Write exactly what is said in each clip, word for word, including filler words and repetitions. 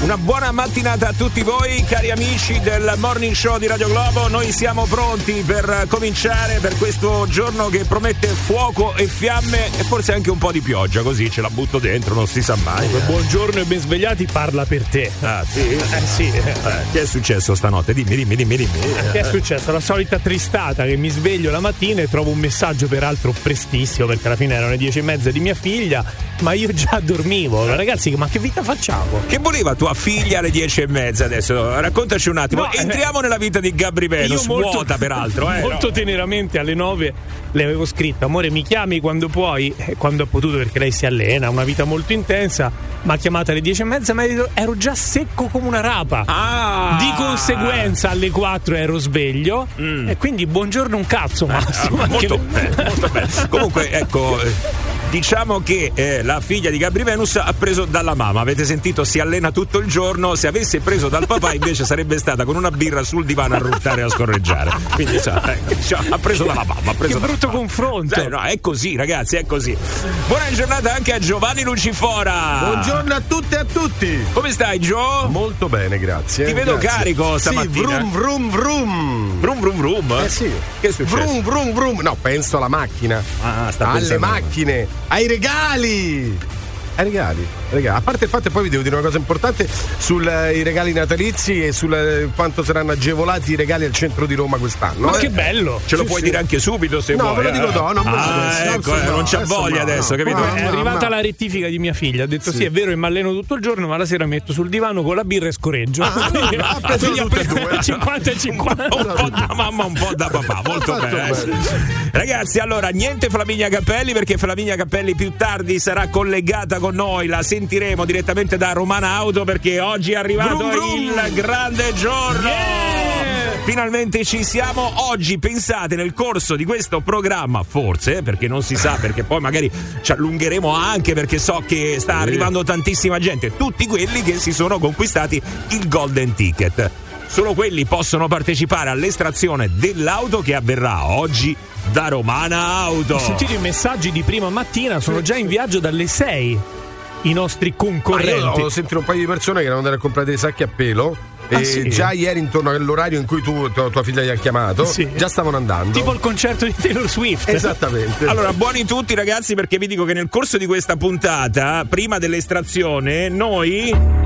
Una buona mattinata a tutti voi, cari amici del Morning Show di Radio Globo. Noi siamo pronti per cominciare per questo giorno che promette fuoco e fiamme e forse anche un po' di pioggia, così ce la butto dentro, non si sa mai. Eh. Buongiorno e ben svegliati, parla per te. Ah, sì? Eh sì. Eh, che è successo stanotte? Dimmi, dimmi, dimmi, dimmi. Che è successo? La solita tristata che mi sveglio la mattina e trovo un messaggio peraltro prestissimo, perché alla fine erano le dieci e mezza di mia figlia, ma io già dormivo. Ragazzi, ma che vita facciamo? Che voleva tua figlia alle dieci e mezza adesso? Raccontaci un attimo. No, Entriamo eh, nella vita di Gabry Venus, molto, vuota peraltro. Eh, molto no. teneramente alle nove le avevo scritto: amore, mi chiami quando puoi, eh, quando ho potuto, perché lei si allena, una vita molto intensa. Mi ha chiamata alle dieci e mezza, ma ero già secco come una rapa. Ah. Di conseguenza alle quattro ero sveglio mm. e quindi buongiorno un cazzo, Massimo. Eh, molto bene, molto bene. Comunque ecco, diciamo che eh, la figlia di Gabry Venus ha preso dalla mamma. Avete sentito? Si allena tutto il giorno. Se avesse preso dal papà invece sarebbe stata con una birra sul divano a ruttare e a scorreggiare. Quindi sa, eh, ha preso dalla mamma. Ha preso che brutto mamma. confronto. Eh, no, è così, ragazzi, è così. Buona giornata anche a Giovanni Lucifora. Buongiorno a tutte e a tutti. Come stai, Gio? Molto bene, grazie. Ti vedo grazie. carico stamattina. Sì, vrum vrum vrum. Vrum vrum vrum. Eh sì. Che è successo? Vrum vrum vrum. No, penso alla macchina. Ah, sta alle pensando. macchine, ai regali. Ai regali, regali. A parte il fatto, che poi vi devo dire una cosa importante sui eh, regali natalizi e su eh, quanto saranno agevolati i regali al centro di Roma quest'anno. Ma eh? che bello! Ce lo sì, puoi sì. dire anche subito se no, vuoi. ve lo dico no, non me lo ah, adesso, ecco, adesso eh, no, non c'ha adesso voglia no, adesso, no, capito? no, È no, arrivata no. la rettifica di mia figlia. Ha detto sì, sì è vero, io mi alleno tutto il giorno, ma la sera metto sul divano con la birra e scoreggio. Ah, quindi, ha preso quindi tutte e due. cinquanta e cinquanta. Un po' da mamma, un po' da papà, molto bene. bene. Ragazzi, allora, niente Flaminia Cappelli, perché Flaminia Cappelli più tardi sarà collegata con noi, la sentiremo direttamente da Romana Auto, perché oggi è arrivato Vrum, vrum. il grande giorno. Yeah! Finalmente ci siamo. Oggi, pensate, nel corso di questo programma, forse, perché non si sa, perché poi magari ci allungheremo anche, perché so che sta arrivando tantissima gente, tutti quelli che si sono conquistati il Golden Ticket. Solo quelli possono partecipare all'estrazione dell'auto che avverrà oggi da Romana Auto. Ho sentito i messaggi di prima mattina, sono già in viaggio dalle sei i nostri concorrenti. Ah, io ho sentito un paio di persone che erano andate a comprare dei sacchi a pelo. Ah, e sì? già ieri, intorno all'orario in cui tu, tua, tua figlia gli ha chiamato, Sì. già stavano andando. Tipo il concerto di Taylor Swift. Esattamente. Allora, buoni tutti ragazzi, perché vi dico che nel corso di questa puntata, prima dell'estrazione, noi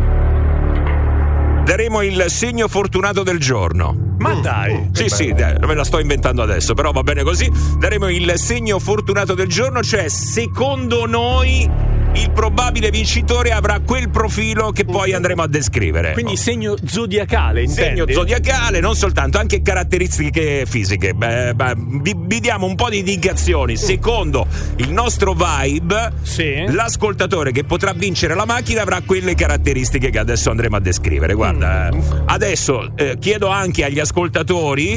daremo il segno fortunato del giorno. Ma dai. Sì, sì, dai, me la sto inventando adesso, però va bene così. Daremo il segno fortunato del giorno, cioè secondo noi il probabile vincitore avrà quel profilo che poi andremo a descrivere. Quindi segno zodiacale, intendi? Segno zodiacale, non soltanto, anche caratteristiche fisiche. Beh, beh, vi, vi diamo un po' di indicazioni. Secondo il nostro vibe, Sì. l'ascoltatore che potrà vincere la macchina avrà quelle caratteristiche che adesso andremo a descrivere. Guarda, Mm. eh, adesso eh, chiedo anche agli ascoltatori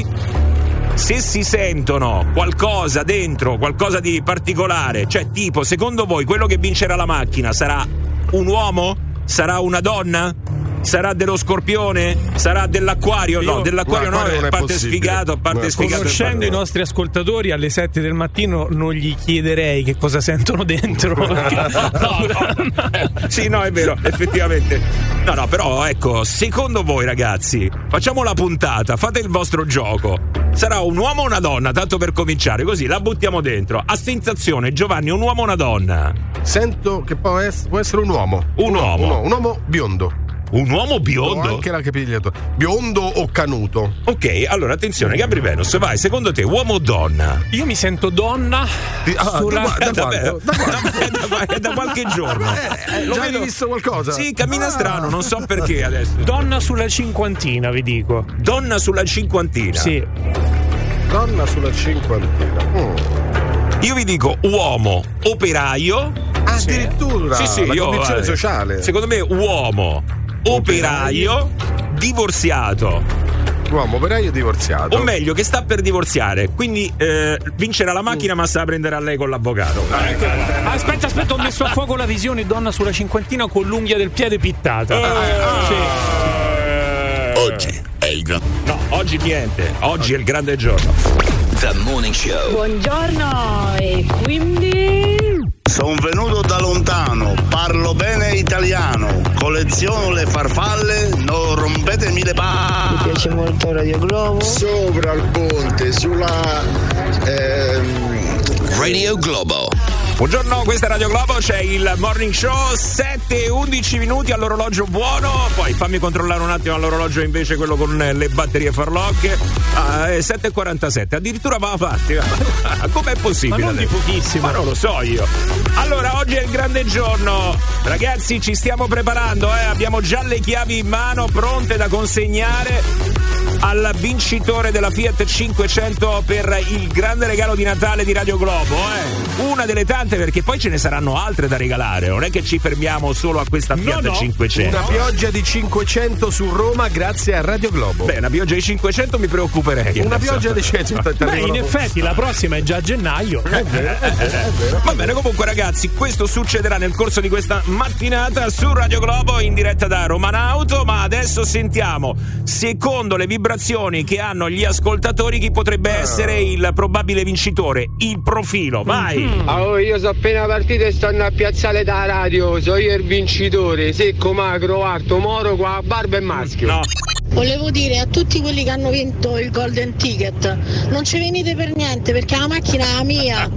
se si sentono qualcosa dentro, qualcosa di particolare, cioè tipo, secondo voi quello che vincerà la macchina sarà un uomo? Sarà una donna? Sarà dello Scorpione? Sarà dell'Acquario? No, Io- dell'acquario no, L'Acquario non a è parte possibile. sfigato, a parte No, sfigato. Conoscendo i nostri ascoltatori alle sette del mattino non gli chiederei che cosa sentono dentro. perché- No, no. Eh, sì, no, è vero, effettivamente. No, no, però ecco, secondo voi ragazzi, facciamo la puntata, fate il vostro gioco. Sarà un uomo o una donna, tanto per cominciare, così la buttiamo dentro. A sensazione, Giovanni, un uomo o una donna? Sento che può essere, può essere un uomo. Un uomo. Un uomo, un uomo biondo. Un uomo Ho biondo? anche la capigliatura. Biondo o canuto? Ok, allora attenzione, Gabry Venus, vai, secondo te, uomo o donna? Io mi sento donna Di- ah, sulla... da, da, davvero? quando? Da quando? È da, è da qualche giorno. Eh, Lo già vedo- hai visto qualcosa? Sì, cammina Ah. strano, non so perché adesso. donna sulla cinquantina, vi dico. Donna sulla cinquantina. Sì. Donna sulla cinquantina. Mm. Io vi dico uomo operaio. Addirittura Sì, sì, la io, condizione eh, sociale. Secondo me uomo operaio divorziato. Uomo operaio divorziato. O meglio, che sta per divorziare. Quindi eh, vincerà la macchina, ma se la prenderà lei con l'avvocato. Aspetta, aspetta, ho messo a fuoco la visione donna sulla cinquantina con l'unghia del piede pittata. Sì. Oggi è il gran... No, oggi niente. Oggi è il grande giorno. The Morning Show. Buongiorno e quindi Sono venuto da lontano, parlo bene italiano, colleziono le farfalle, non rompetemi le palle. Mi piace molto Radio Globo. Sopra il ponte, sulla ehm... Radio Globo. Buongiorno, questa è Radio Globo, c'è il Morning Show, sette e undici minuti all'orologio buono, poi fammi controllare un attimo all'orologio invece quello con le batterie farlocche, ah, è sette e quarantasette, addirittura va avanti, com'è possibile? Ma non di pochissimo. Ma non lo so io. Allora, oggi è il grande giorno, ragazzi, ci stiamo preparando, eh? Abbiamo già le chiavi in mano, pronte da consegnare al vincitore della Fiat cinquecento per il grande regalo di Natale di Radio Globo, eh? Una delle tante, perché poi ce ne saranno altre da regalare, non è che ci fermiamo solo a questa Fiat no, no. cinquecento. Una pioggia di cinquecento su Roma grazie a Radio Globo. Beh, una pioggia di cinquecento mi preoccuperei. Una adesso. pioggia di cinquecento. Beh, in effetti la prossima è già a gennaio. È vero, è vero, è vero. Va bene, comunque ragazzi, questo succederà nel corso di questa mattinata su Radio Globo in diretta da Romanauto, ma adesso sentiamo, secondo le vibrazioni che hanno gli ascoltatori, chi potrebbe essere il probabile vincitore, il profilo. Vai. Mm-hmm. Oh, io sono appena partito e stanno a piazzale da radio, so io il vincitore, secco, magro, alto, moro, con la barba e maschio. No. Volevo dire a tutti quelli che hanno vinto il Golden Ticket, non ci venite per niente perché la macchina è la mia.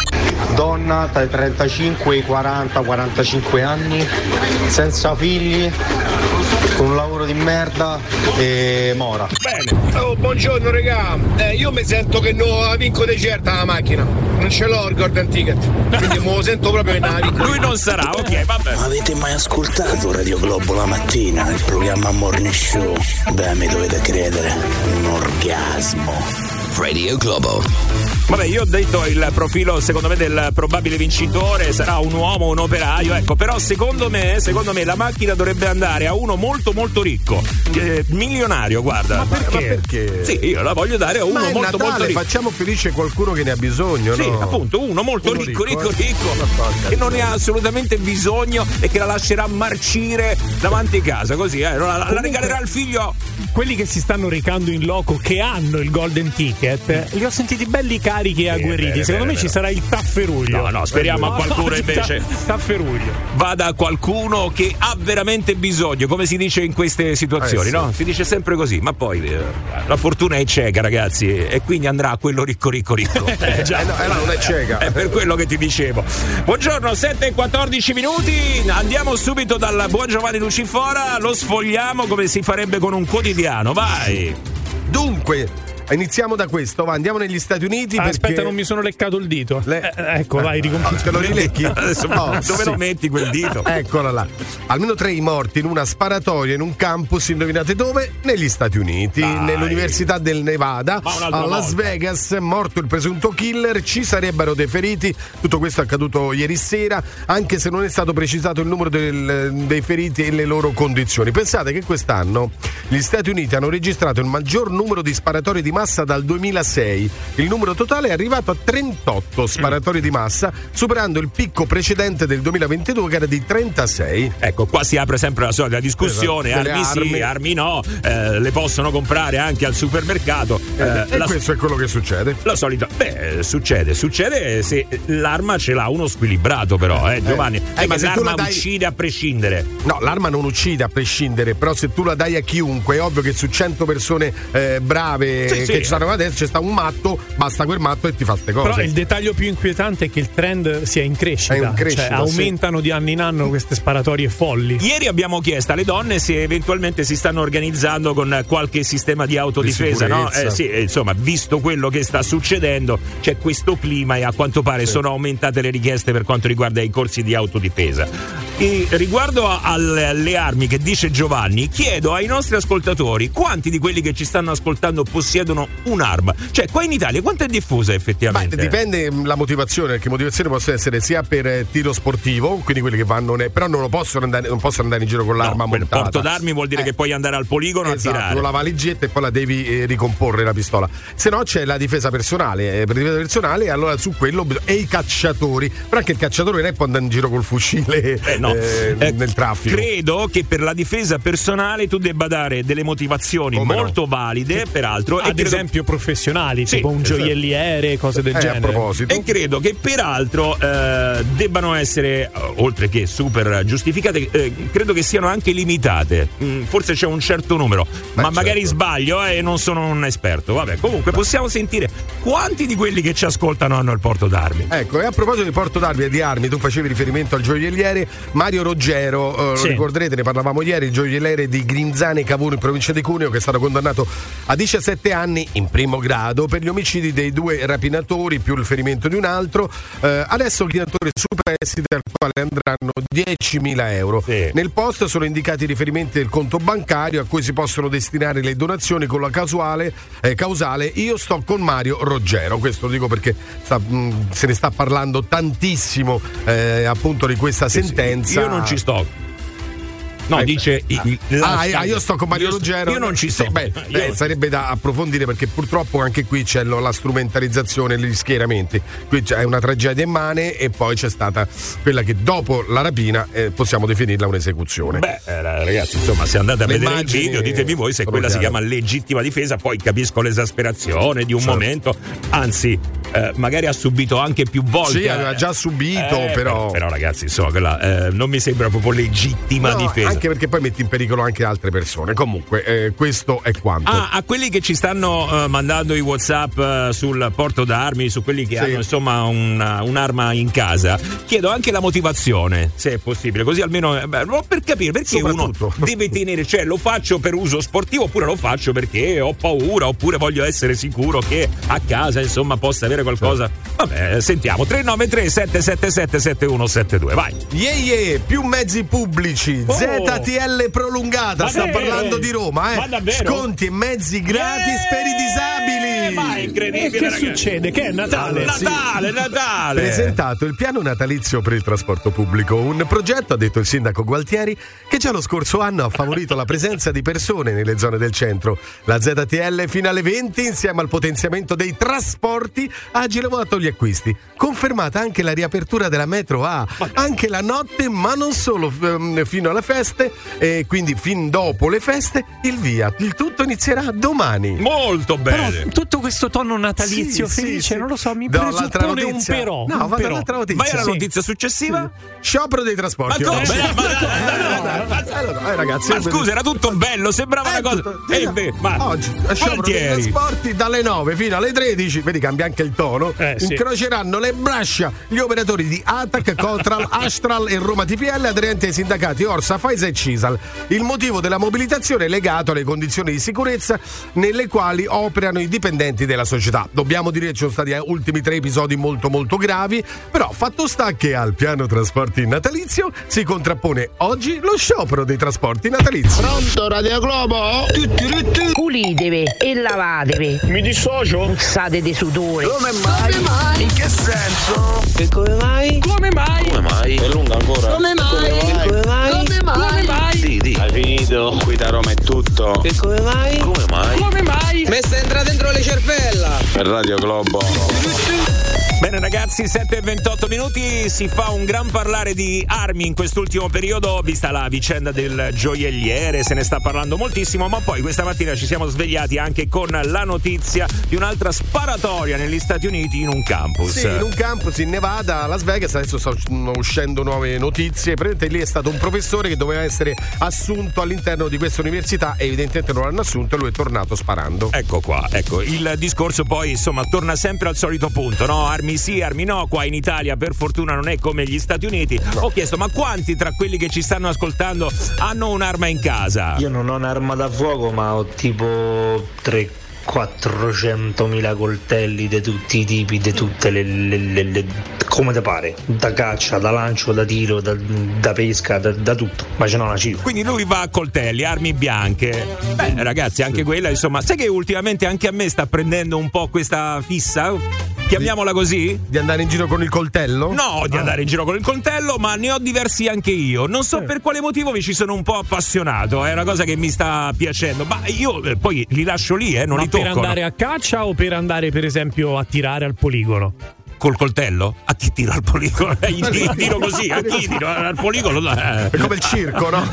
Donna tra i trentacinque e i quaranta quarantacinque anni, senza figli, con un lavoro di merda e mora. Bene. Oh, buongiorno regà, eh, io mi sento che non la vinco di certa la macchina, non ce l'ho il Golden Ticket, quindi me lo sento proprio in aria. Lui non sarà, ok, vabbè. Ma avete mai ascoltato Radio Globo la mattina, il programma Morning Show? Beh, mi dovete credere, un orgasmo. Radio Globo. Vabbè, io ho detto il profilo secondo me del probabile vincitore sarà un uomo, un operaio, ecco, però secondo me, secondo me la macchina dovrebbe andare a uno molto molto ricco, eh, milionario, guarda. Ma perché? Ma perché? Sì, io la voglio dare a uno Ma è molto Natale, molto ricco. Facciamo felice qualcuno che ne ha bisogno, sì, no? Sì, appunto, uno molto uno ricco, ricco, ricco, ricco, ricco che non ne ha assolutamente bisogno e che la lascerà marcire davanti a casa, così, eh, la, la, la regalerà al figlio. Quelli che si stanno recando in loco, che hanno il Golden Ticket, li ho sentiti belli carichi e agguerriti. Bene, Secondo bene, me bene. ci sarà il tafferuglio. No, no, speriamo no, a qualcuno no, invece. Tafferuglio. Vada a qualcuno che ha veramente bisogno, come si dice in queste situazioni, eh, sì. no? Si dice sempre così, ma poi eh, la fortuna è cieca, ragazzi, e quindi andrà a quello ricco, ricco, ricco. eh, già, eh, no, eh, no, non è cieca. È per quello che ti dicevo. Buongiorno, sette e quattordici minuti. Andiamo subito dal buon Giovanni Lucifora. Lo sfogliamo come si farebbe con un quotidiano. Vai. Dunque, iniziamo da questo, va, andiamo negli Stati Uniti. Ah, perché... Aspetta, non mi sono leccato il dito. Le... Eh, ecco, eh, vai, ricominciamo. Te lo rilecchi? Adesso oh, dove sì. lo metti quel dito? Eccola là. Almeno tre morti in una sparatoria in un campus, indovinate dove? Negli Stati Uniti, Dai. nell'Università del Nevada, a Las volta. Vegas, morto il presunto killer, ci sarebbero dei feriti. Tutto questo è accaduto ieri sera, anche se non è stato precisato il numero del, dei feriti e le loro condizioni. Pensate che quest'anno gli Stati Uniti hanno registrato il maggior numero di sparatori di massa dal duemilasei. Il numero totale è arrivato a trentotto sparatori mm. di massa, superando il picco precedente del duemilaventidue che era di trentasei. Ecco, qua si apre sempre la solita discussione, esatto. armi, armi sì, armi no, eh, le possono comprare anche al supermercato. Eh, eh, e la, questo è quello che succede. La solita, beh, succede, succede se l'arma ce l'ha uno squilibrato, però, eh, Giovanni. Eh, eh, è ma che se tu l'arma la dai... uccide a prescindere. No, l'arma non uccide a prescindere, però se tu la dai a chiunque, è ovvio che su cento persone eh, brave sì, che sì, ci stanno eh. adesso c'è sta un matto, basta quel matto e ti fa ste cose. Però il dettaglio più inquietante è che il trend sia in crescita, è in crescita, cioè aumentano sì. di anno in anno queste sparatorie folli. Ieri abbiamo chiesto alle donne se eventualmente si stanno organizzando con qualche sistema di autodifesa, di no? Eh, sì, insomma, visto quello che sta succedendo, c'è questo clima e a quanto pare sì. sono aumentate le richieste per quanto riguarda i corsi di autodifesa. E riguardo a, alle armi che dice Giovanni, chiedo ai nostri ascoltatori quanti di quelli che ci stanno ascoltando possiedono un'arma. Cioè, qua in Italia quanto è diffusa effettivamente? Beh, dipende la motivazione, perché motivazioni possono essere sia per tiro sportivo, quindi quelli che vanno, ne, però non lo possono andare, non possono andare in giro con l'arma no, montata. Porto d'armi vuol dire eh. che puoi andare al poligono esatto, a tirare con la valigetta e poi la devi eh, ricomporre la pistola. Se no c'è la difesa personale, eh, per difesa personale, allora su quello e i cacciatori, però anche il cacciatore non è può andare in giro col fucile eh, no. eh, eh, nel traffico. Credo che per la difesa personale tu debba dare delle motivazioni Come molto no? valide, peraltro. Ad e credo... esempio professionali, Sì, tipo un esatto. gioielliere, cose del Eh, genere. a proposito. E credo che peraltro eh, debbano essere, eh, oltre che super giustificate, eh, credo che siano anche limitate. Mm, forse c'è un certo numero, Beh, ma magari certo. sbaglio e eh, non sono un esperto. Vabbè, comunque possiamo sentire quanti di quelli che ci ascoltano hanno il porto d'armi. Ecco, e a proposito di porto d'armi e di armi, tu facevi riferimento al gioielliere Mario Roggero, eh, Sì. lo ricorderete, ne parlavamo ieri, il gioielliere di Grinzane Cavour in provincia di Cuneo, che è stato condannato a diciassette anni in primo grado per gli omicidi dei due rapinatori più il ferimento di un altro. Eh, adesso il rapinatore superstite al quale andranno diecimila euro. Sì. Nel post sono indicati i riferimenti del conto bancario a cui si possono destinare le donazioni con la causale, eh, causale io sto con Mario Roggero. Questo lo dico perché sta, mh, se ne sta parlando tantissimo eh, appunto di questa sentenza. Io non ci sto. No, Eh, dice ah, il- ah, la- ah, io sto con Mario io- Roggero. Io non ci sto. Sì, beh, Io- beh, sarebbe da approfondire perché purtroppo anche qui c'è lo- la strumentalizzazione degli schieramenti. Qui c'è una tragedia immane e poi c'è stata quella che dopo la rapina eh, possiamo definirla un'esecuzione. Beh, eh, ragazzi, insomma, se andate a Le vedere immagini il video, ditemi voi se sono quella si chiare. chiama legittima difesa. Poi capisco l'esasperazione di un Certo. momento, anzi, eh, magari ha subito anche più volte. Sì, aveva già subito, Eh, però. Però, ragazzi, insomma, quella eh, non mi sembra proprio legittima No, difesa. anche perché poi metti in pericolo anche altre persone. Comunque, eh, questo è quanto. Ah, a quelli che ci stanno eh, mandando i WhatsApp eh, sul porto d'armi, su quelli che Sì. hanno insomma una- un'arma in casa, chiedo anche la motivazione, se è possibile, così almeno eh, beh, per capire perché uno Soprattutto. deve tenere, cioè lo faccio per uso sportivo oppure lo faccio perché ho paura oppure voglio essere sicuro che a casa insomma possa avere qualcosa. Vabbè, sentiamo tre nove tre sette sette sette sette uno sette due, vai. Yeah, yeah, più mezzi pubblici, Oh. Z T L prolungata, Ma sta vero? parlando di Roma, eh. Ma davvero? Sconti e mezzi gratis per i disabili. Ma è incredibile, E che ragazzi. succede? Che è Natale? Natale, Natale. Presentato il piano natalizio per il trasporto pubblico, un progetto, ha detto il sindaco Gualtieri, che già lo scorso anno ha favorito la presenza di persone nelle zone del centro. La Z T L fino alle venti, insieme al potenziamento dei trasporti, ha agevolato gli acquisti. Confermata anche la riapertura della metro A, anche la notte, ma non solo ehm, fino alle feste, e quindi fin dopo le feste, il via. Il tutto inizierà domani. Molto Però bene. tutto questo tono natalizio Sì, sì, felice, sì. non lo so, mi Do l'altra presuppone un notizia. però. No, un vado però. all'altra notizia. Vai alla Sì. notizia successiva. Sciopero dei Ma trasporti. come? Oggi. Ma- ma- Eh, ma- eh, ragazzi, Ma scusa, era tutto bello, sembrava una Eh, cosa. tutto- Eh, beh, ma oggi a sciopero dei Gualtieri. trasporti dalle nove fino alle tredici, vedi cambia anche il tono, Eh, sì. incroceranno le braccia gli operatori di Atac, Cotral, Astral e Roma T P L aderenti ai sindacati Orsa, Faisa e Cisal. Il motivo della mobilitazione è legato alle condizioni di sicurezza nelle quali operano i dipendenti della società. Dobbiamo dire che ci sono stati eh, ultimi tre episodi molto molto gravi, però fatto sta che al piano trasporti natalizio si contrappone oggi lo sciopero dei trasporti natalizi. Pronto, Radio Globo? Pulitevi e lavatevi. Mi dissocio? Puzzate di sudore. Come mai? In che senso? E come mai? Come mai? Come mai? È lunga ancora? Come mai? E come mai? Come mai? Di, di. Hai finito? Qui da Roma è tutto. E come mai? Come mai? Come mai? Messa entra dentro le cervella. Per Radio Globo. Bene ragazzi, sette e ventotto minuti, si fa un gran parlare di armi in quest'ultimo periodo, vista la vicenda del gioielliere, se ne sta parlando moltissimo, ma poi questa mattina ci siamo svegliati anche con la notizia di un'altra sparatoria negli Stati Uniti in un campus. Sì, in un campus in Nevada, a Las Vegas, adesso stanno uscendo nuove notizie. Praticamente lì è stato un professore che doveva essere assunto all'interno di questa università e evidentemente non l'hanno assunto e lui è tornato sparando. Ecco qua, ecco, il discorso poi insomma torna sempre al solito punto, no? Armi sì, armi no, qua in Italia per fortuna non è come gli Stati Uniti. Ho chiesto, ma quanti tra quelli che ci stanno ascoltando hanno un'arma in casa? Io non ho un'arma da fuoco, ma ho tipo tre quattrocentomila coltelli di tutti i tipi, di tutte le, le, le, le come te pare, da caccia, da lancio, da tiro, da, da pesca, da, da tutto, ma ce n'ho una cifra. Quindi lui va a coltelli, armi bianche. Beh, ragazzi, anche quella, insomma, sai che ultimamente anche a me sta prendendo un po' questa fissa? Chiamiamola così? Di andare in giro con il coltello? No, di Ah. andare in giro con il coltello, ma ne ho diversi anche io. Non so per quale motivo mi ci sono un po' appassionato, è una cosa che mi sta piacendo. Ma io eh, poi li lascio lì, eh, non Ma li per tocco. andare a caccia o per andare per esempio a tirare al poligono? col coltello? A chi tiro al poligono? Gli tiro così, a chi tiro al poligono? È come il circo, no?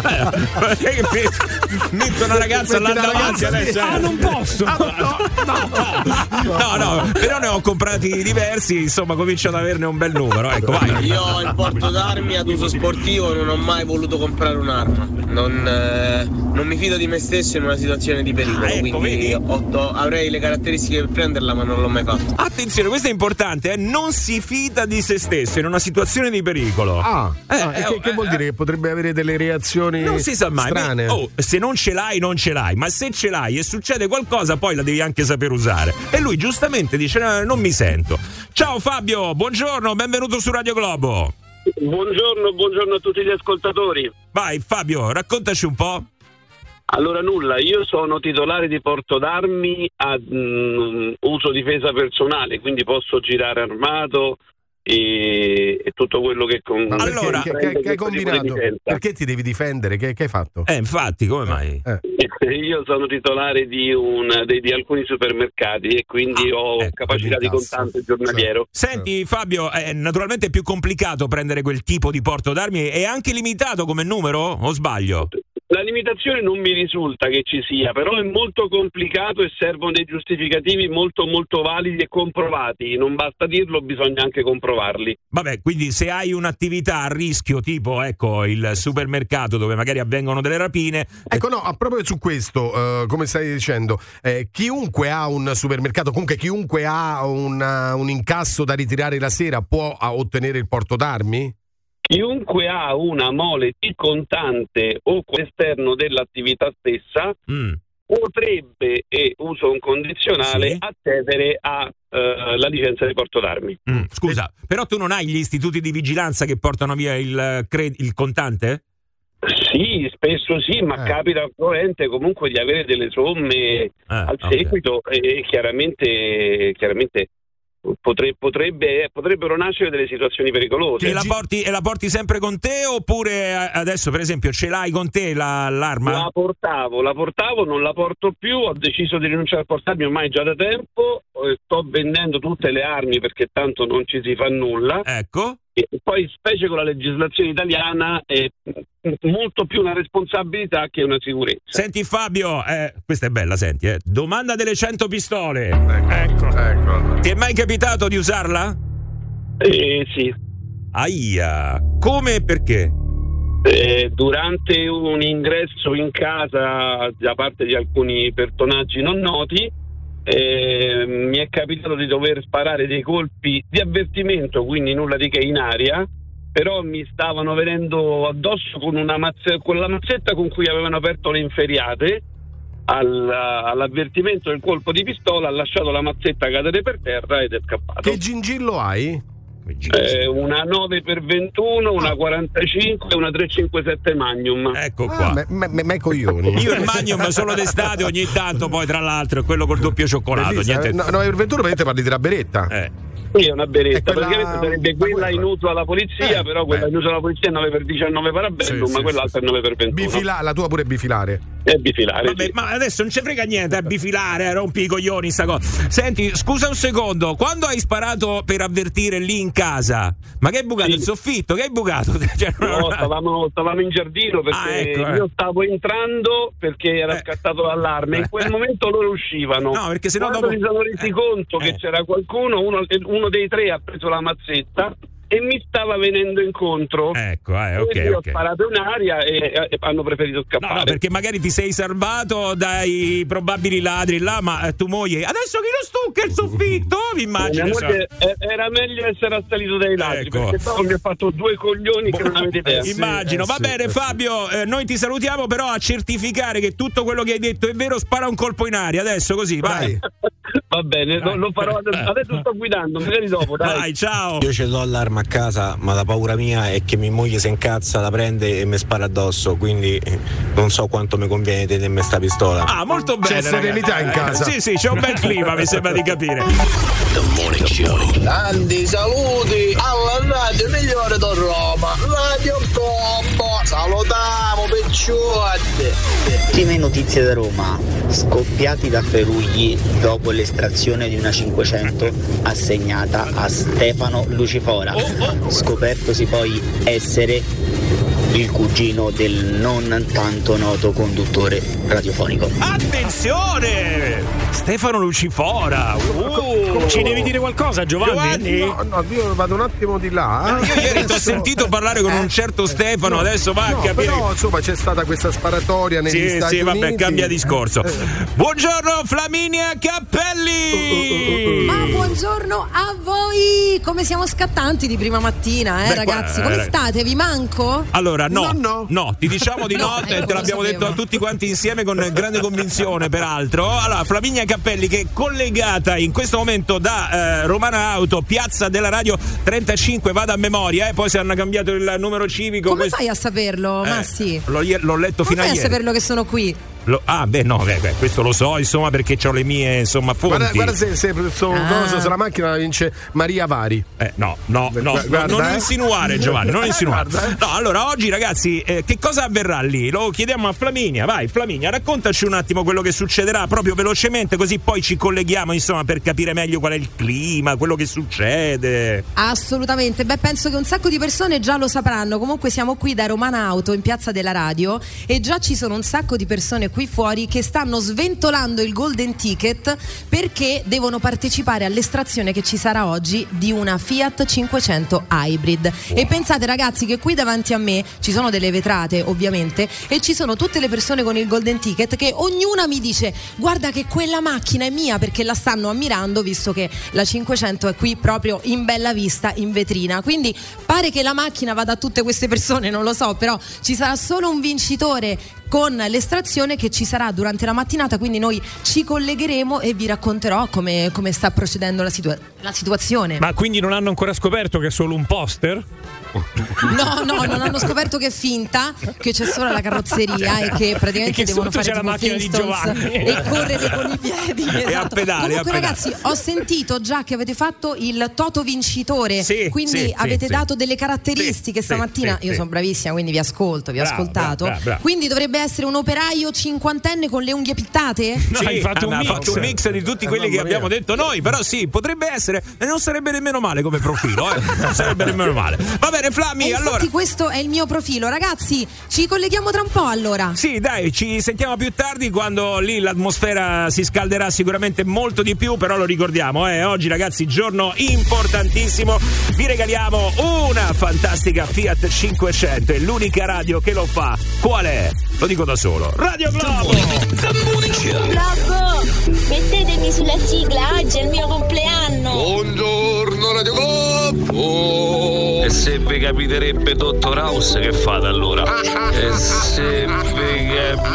Metto una ragazza là davanti adesso. Ah, non posso! Ah, no, no, no, no, però ne ho comprati diversi, insomma, comincio ad averne un bel numero. Ecco, vai. Io ho il porto d'armi ad uso sportivo, non ho mai voluto comprare un'arma. Non, eh, non mi fido di me stesso in una situazione di pericolo, ah, ecco, quindi ho, ho, avrei le caratteristiche per prenderla, ma non l'ho mai fatto. Attenzione, questo è importante, eh? Non si fida di se stesso in una situazione di pericolo. Ah, eh, ah eh, che, che vuol dire? Che potrebbe avere delle reazioni non si sa mai. strane? Oh, se non ce l'hai, non ce l'hai, ma se ce l'hai e succede qualcosa, poi la devi anche saper usare. E lui giustamente dice: no, non mi sento. Ciao Fabio, buongiorno, benvenuto su Radio Globo. Buongiorno, buongiorno a tutti gli ascoltatori. Vai Fabio, raccontaci un po'. Allora nulla, io sono titolare di porto d'armi a mh, uso difesa personale, quindi posso girare armato e, e tutto quello che con Ma allora che, che, che hai combinato? Perché ti devi difendere? Che, che hai fatto? Eh infatti, come mai? Eh. Io sono titolare di, una, di, di alcuni supermercati e quindi ah, ho ecco, capacità di contante giornaliero. Senti Fabio, è naturalmente più complicato prendere quel tipo di porto d'armi, è anche limitato come numero o sbaglio? La limitazione non mi risulta che ci sia, però è molto complicato e servono dei giustificativi molto molto validi e comprovati. Non basta dirlo, bisogna anche comprovarli. Vabbè, quindi se hai un'attività a rischio, tipo ecco il supermercato dove magari avvengono delle rapine. Ecco, no, proprio su questo, uh, come stai dicendo, eh, chiunque ha un supermercato, comunque chiunque ha una, un incasso da ritirare la sera può ottenere il porto d'armi? Chiunque ha una mole di contante o esterno dell'attività stessa mm. potrebbe, e uso un condizionale, sì. accedere alla uh, licenza di porto d'armi. Mm. Scusa, però tu non hai gli istituti di vigilanza che portano via il, cred- il contante? Sì, spesso sì, ma eh. capita probabilmente comunque di avere delle somme eh, al seguito okay. e chiaramente chiaramente Potre, potrebbe, potrebbero nascere delle situazioni pericolose. E la, porti, e la porti sempre con te oppure adesso per esempio ce l'hai con te la, l'arma? La portavo, la portavo, non la porto più, ho deciso di rinunciare a portarmi ormai già da tempo, sto vendendo tutte le armi perché tanto non ci si fa nulla. Ecco. E poi specie con la legislazione italiana è molto più una responsabilità che una sicurezza. Senti Fabio, eh, questa è bella, senti, eh. Domanda delle cento pistole. Ecco, ecco. Ti è mai capitato di usarla? Eh, sì. Aia, come e perché? Eh, durante un ingresso in casa da parte di alcuni personaggi non noti Eh, mi è capitato di dover sparare dei colpi di avvertimento, quindi nulla di che in aria, però mi stavano venendo addosso con una mazze- con la mazzetta con cui avevano aperto le inferriate. All, all'avvertimento del colpo di pistola ha lasciato la mazzetta cadere per terra ed è scappato. Che gingillo hai? Eh, una nove per ventuno, una quarantacinque e una tre cinquantasette Magnum. Ecco qua. Ah, me, me, me coglioni. Io il Magnum solo d'estate ogni tanto, poi tra l'altro è quello col doppio cioccolato. Niente... No, nove per ventuno vedete parli della beretta. Eh. Sì, è una beretta, quella... praticamente sarebbe quella in uso alla polizia, eh, però quella beh. in uso alla polizia è nove per diciannove parabellum, sì, ma sì, quell'altra sì. è nove per ventuno. Bifila- la tua pure è bifilare. È bifilare. Vabbè, sì. ma adesso non ci frega niente, è bifilare, eh, rompi i coglioni sta cosa. Senti, scusa un secondo, quando hai sparato per avvertire lì in casa, ma che hai bucato sì. il soffitto? Che hai bucato? Cioè, no, no, stavamo, stavamo in giardino perché ah, ecco, eh. io stavo entrando perché era eh. scattato l'allarme. In quel momento loro uscivano. No, perché sennò Quando dopo... si sono resi eh. conto eh. che c'era qualcuno, uno, uno dei tre ha preso la mazzetta e mi stava venendo incontro. Ecco, eh, ok, Quindi ok. ho sparato in aria e, e hanno preferito scappare. No, no, perché magari ti sei salvato dai probabili ladri là, ma eh, tu moglie adesso chi lo stucca il soffitto? Mi immagino. Mia moglie, eh, era meglio essere assalito dai ladri, ecco. perché poi mi ha fatto due coglioni che non avete idea. Immagino. Eh, Va sì, bene, eh, Fabio, eh, noi ti salutiamo, però a certificare che tutto quello che hai detto è vero, spara un colpo in aria adesso, così, vai. Va bene, lo, lo farò adesso, adesso sto guidando, magari dopo, dai. Vai, ciao. Io ce l'ho l'arma a casa, ma la paura mia è che mia moglie si incazza, la prende e mi spara addosso, quindi non so quanto mi conviene tenermi sta pistola. Ah, molto bene. C'è serenità in casa. Sì, sì, c'è un bel clima, mi sembra di capire. Tanti saluti alla radio migliore da Roma, Radio Globo. Salutiamo Piccioni. Ultime notizie da Roma. Scoppiati da Ferugli dopo l'estrazione di una cinquecento assegnata a Stefano Lucifora, scopertosi poi essere il cugino del non tanto noto conduttore radiofonico. Attenzione! Stefano Lucifora. Uh. Ci devi dire qualcosa, Giovanni? Giovanni? No, no, io vado un attimo di là. Io ieri ti ho sentito parlare con un certo Stefano, no, adesso va no, a capire. Però insomma c'è stata questa sparatoria negli sì, Stati sì, vabbè, Uniti. cambia discorso. Buongiorno Flaminia Cappelli. Ma buongiorno a voi. Come siamo scattanti di prima mattina, eh, Beh, ragazzi? qua, Come eh, state? Vi manco? Allora, no, no, no, no, ti diciamo di no, No, te, ecco, te lo l'abbiamo sapevo. detto a tutti quanti insieme con grande convinzione, peraltro. Allora, Flaminia Cappelli che è collegata in questo momento da eh, Romana Auto, piazza della Radio trentacinque, vado a memoria, e eh, poi se hanno cambiato il numero civico. Come questo... fai a saperlo, Eh, Massi? L'ho, l'ho letto Come fino a fai a ieri. saperlo che sono qui? Lo, ah, beh, no, beh, beh, questo lo so, insomma, perché ho le mie, insomma, fonti. Guarda, guarda se, se, se, Ah. se la macchina la vince Maria Vari. Eh, no, no, no, Guarda, no, non eh. insinuare, Giovanni, non insinuare. Guarda, eh. No, allora oggi, ragazzi, eh, che cosa avverrà lì? Lo chiediamo a Flaminia. Vai, Flaminia, raccontaci un attimo quello che succederà proprio velocemente, così poi ci colleghiamo, insomma, per capire meglio qual è il clima, quello che succede. Assolutamente, beh, penso che un sacco di persone già lo sapranno. Comunque siamo qui da Romana Auto in piazza della Radio e già ci sono un sacco di persone qui fuori che stanno sventolando il golden ticket perché devono partecipare all'estrazione che ci sarà oggi di una Fiat cinquecento Hybrid. Wow. E pensate, ragazzi, che qui davanti a me ci sono delle vetrate, ovviamente, e ci sono tutte le persone con il golden ticket che ognuna mi dice: guarda che quella macchina è mia, perché la stanno ammirando, visto che la cinquecento è qui proprio in bella vista in vetrina. Quindi pare che la macchina vada a tutte queste persone, non lo so, però ci sarà solo un vincitore con l'estrazione che ci sarà durante la mattinata, quindi noi ci collegheremo e vi racconterò come, come sta procedendo la, situa- la situazione. Ma quindi non hanno ancora scoperto che è solo un poster? No, no, non hanno scoperto che è finta, che c'è solo la carrozzeria e che praticamente e che devono sotto fare c'è la tipo macchina di Flintstones Giovanni e correre con i piedi. E a Esatto. pedale, Comunque, a pedale. ragazzi, ho sentito già che avete fatto il toto vincitore, Sì, quindi sì, avete sì, dato sì. delle caratteristiche Sì, stamattina. sì, Io sì. sono bravissima, quindi vi ascolto, vi ho Brava, ascoltato. brava, brava. Quindi dovrebbe essere un operaio cinquantenne con le unghie pittate? No, Sì, hai fatto un ha mix. fatto un mix di tutti Eh, quelli che mamma mia. abbiamo detto noi, però sì, potrebbe essere, e non sarebbe nemmeno male come profilo, eh. Non sarebbe nemmeno male. Va bene, Flammi, E allora. infatti questo è il mio profilo, ragazzi. Ci colleghiamo tra un po' allora. Sì, dai, ci sentiamo più tardi quando lì l'atmosfera si scalderà sicuramente molto di più, però lo ricordiamo, eh, oggi ragazzi, giorno importantissimo, vi regaliamo una fantastica Fiat cinquecento, è l'unica radio che lo fa. Qual è? Lo dico da solo. Radio Globo! Globo, mettetemi sulla sigla, oggi è il mio compleanno. Buongiorno Radio Globo! E se vi capiterebbe Dottor House, che fate allora? E se vi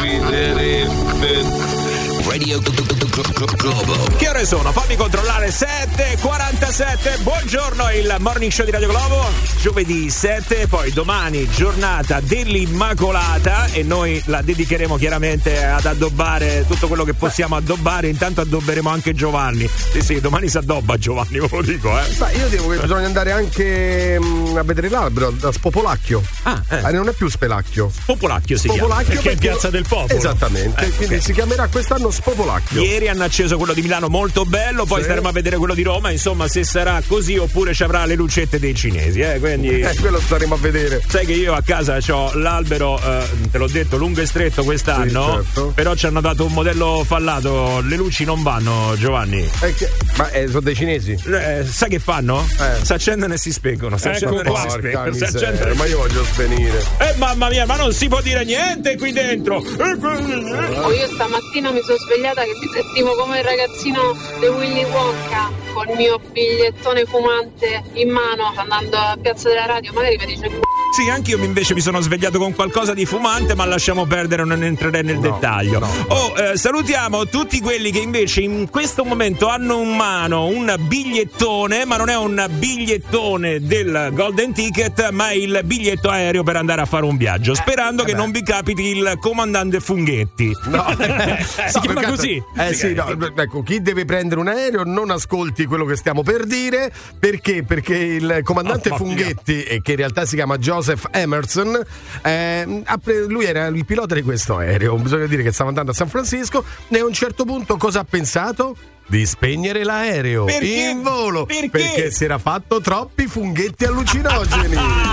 capiterebbe Radio Globo. Che ore sono? Fammi controllare. Sette e quarantasette. Buongiorno, il morning show di Radio Globo. Giovedì sette, poi domani giornata dell'Immacolata e noi la dedicheremo chiaramente ad addobbare tutto quello che possiamo addobbare. Intanto addobberemo anche Giovanni. Sì, sì, domani si addobba Giovanni, ve lo dico, eh. Ma io dico che bisogna andare anche mh, a vedere l'albero da Spopolacchio. Ah, eh. non è più Spelacchio. Spopolacchio si Spopolacchio chiama. Perché è Piazza del Popolo. Esattamente, Eh, quindi ok. si chiamerà quest'anno Spopolacchio. Ieri hanno acceso quello di Milano, molto bello, poi Sì. staremo a vedere quello di Roma, insomma, se sarà così oppure ci avrà le lucette dei cinesi, eh, quindi Eh, quello staremo a vedere. sai che io a casa ho l'albero, eh, te l'ho detto, lungo e stretto quest'anno, Sì, certo. però ci hanno dato un modello fallato, le luci non vanno, Giovanni. Eh, che- ma eh, sono dei cinesi? Eh, sai che fanno? Eh. Si accendono e si spengono, si Ecco accendono e si qua. spengono, Porca si miseria, accendono e ma io voglio svenire. Eh mamma mia, ma non si può dire niente qui dentro. Eh, que- Oh, io stamattina mi sono svegliata che mi sentivo come il ragazzino di Willy Wonka col mio bigliettone fumante in mano andando a Piazza della Radio, magari mi dice Sì, anche io invece mi sono svegliato con qualcosa di fumante, ma lasciamo perdere, non entrerei nel No, dettaglio. no. Oh, eh, salutiamo tutti quelli che invece in questo momento hanno in mano un bigliettone, ma non è un bigliettone del Golden Ticket, ma il biglietto aereo per andare a fare un viaggio, sperando eh che beh. non vi capiti il comandante Funghetti. No, Si chiama perché- così. Eh sì, no, ecco, chi deve prendere un aereo non ascolti quello che stiamo per dire. Perché? Perché il comandante oh, Funghetti, eh, che in realtà si chiama Joseph Emerson, eh, lui era il pilota di questo aereo. Bisogna dire che stava andando a San Francisco e a un certo punto cosa ha pensato? Di spegnere l'aereo. Perché? In volo. Perché? Perché si era fatto troppi funghetti allucinogeni.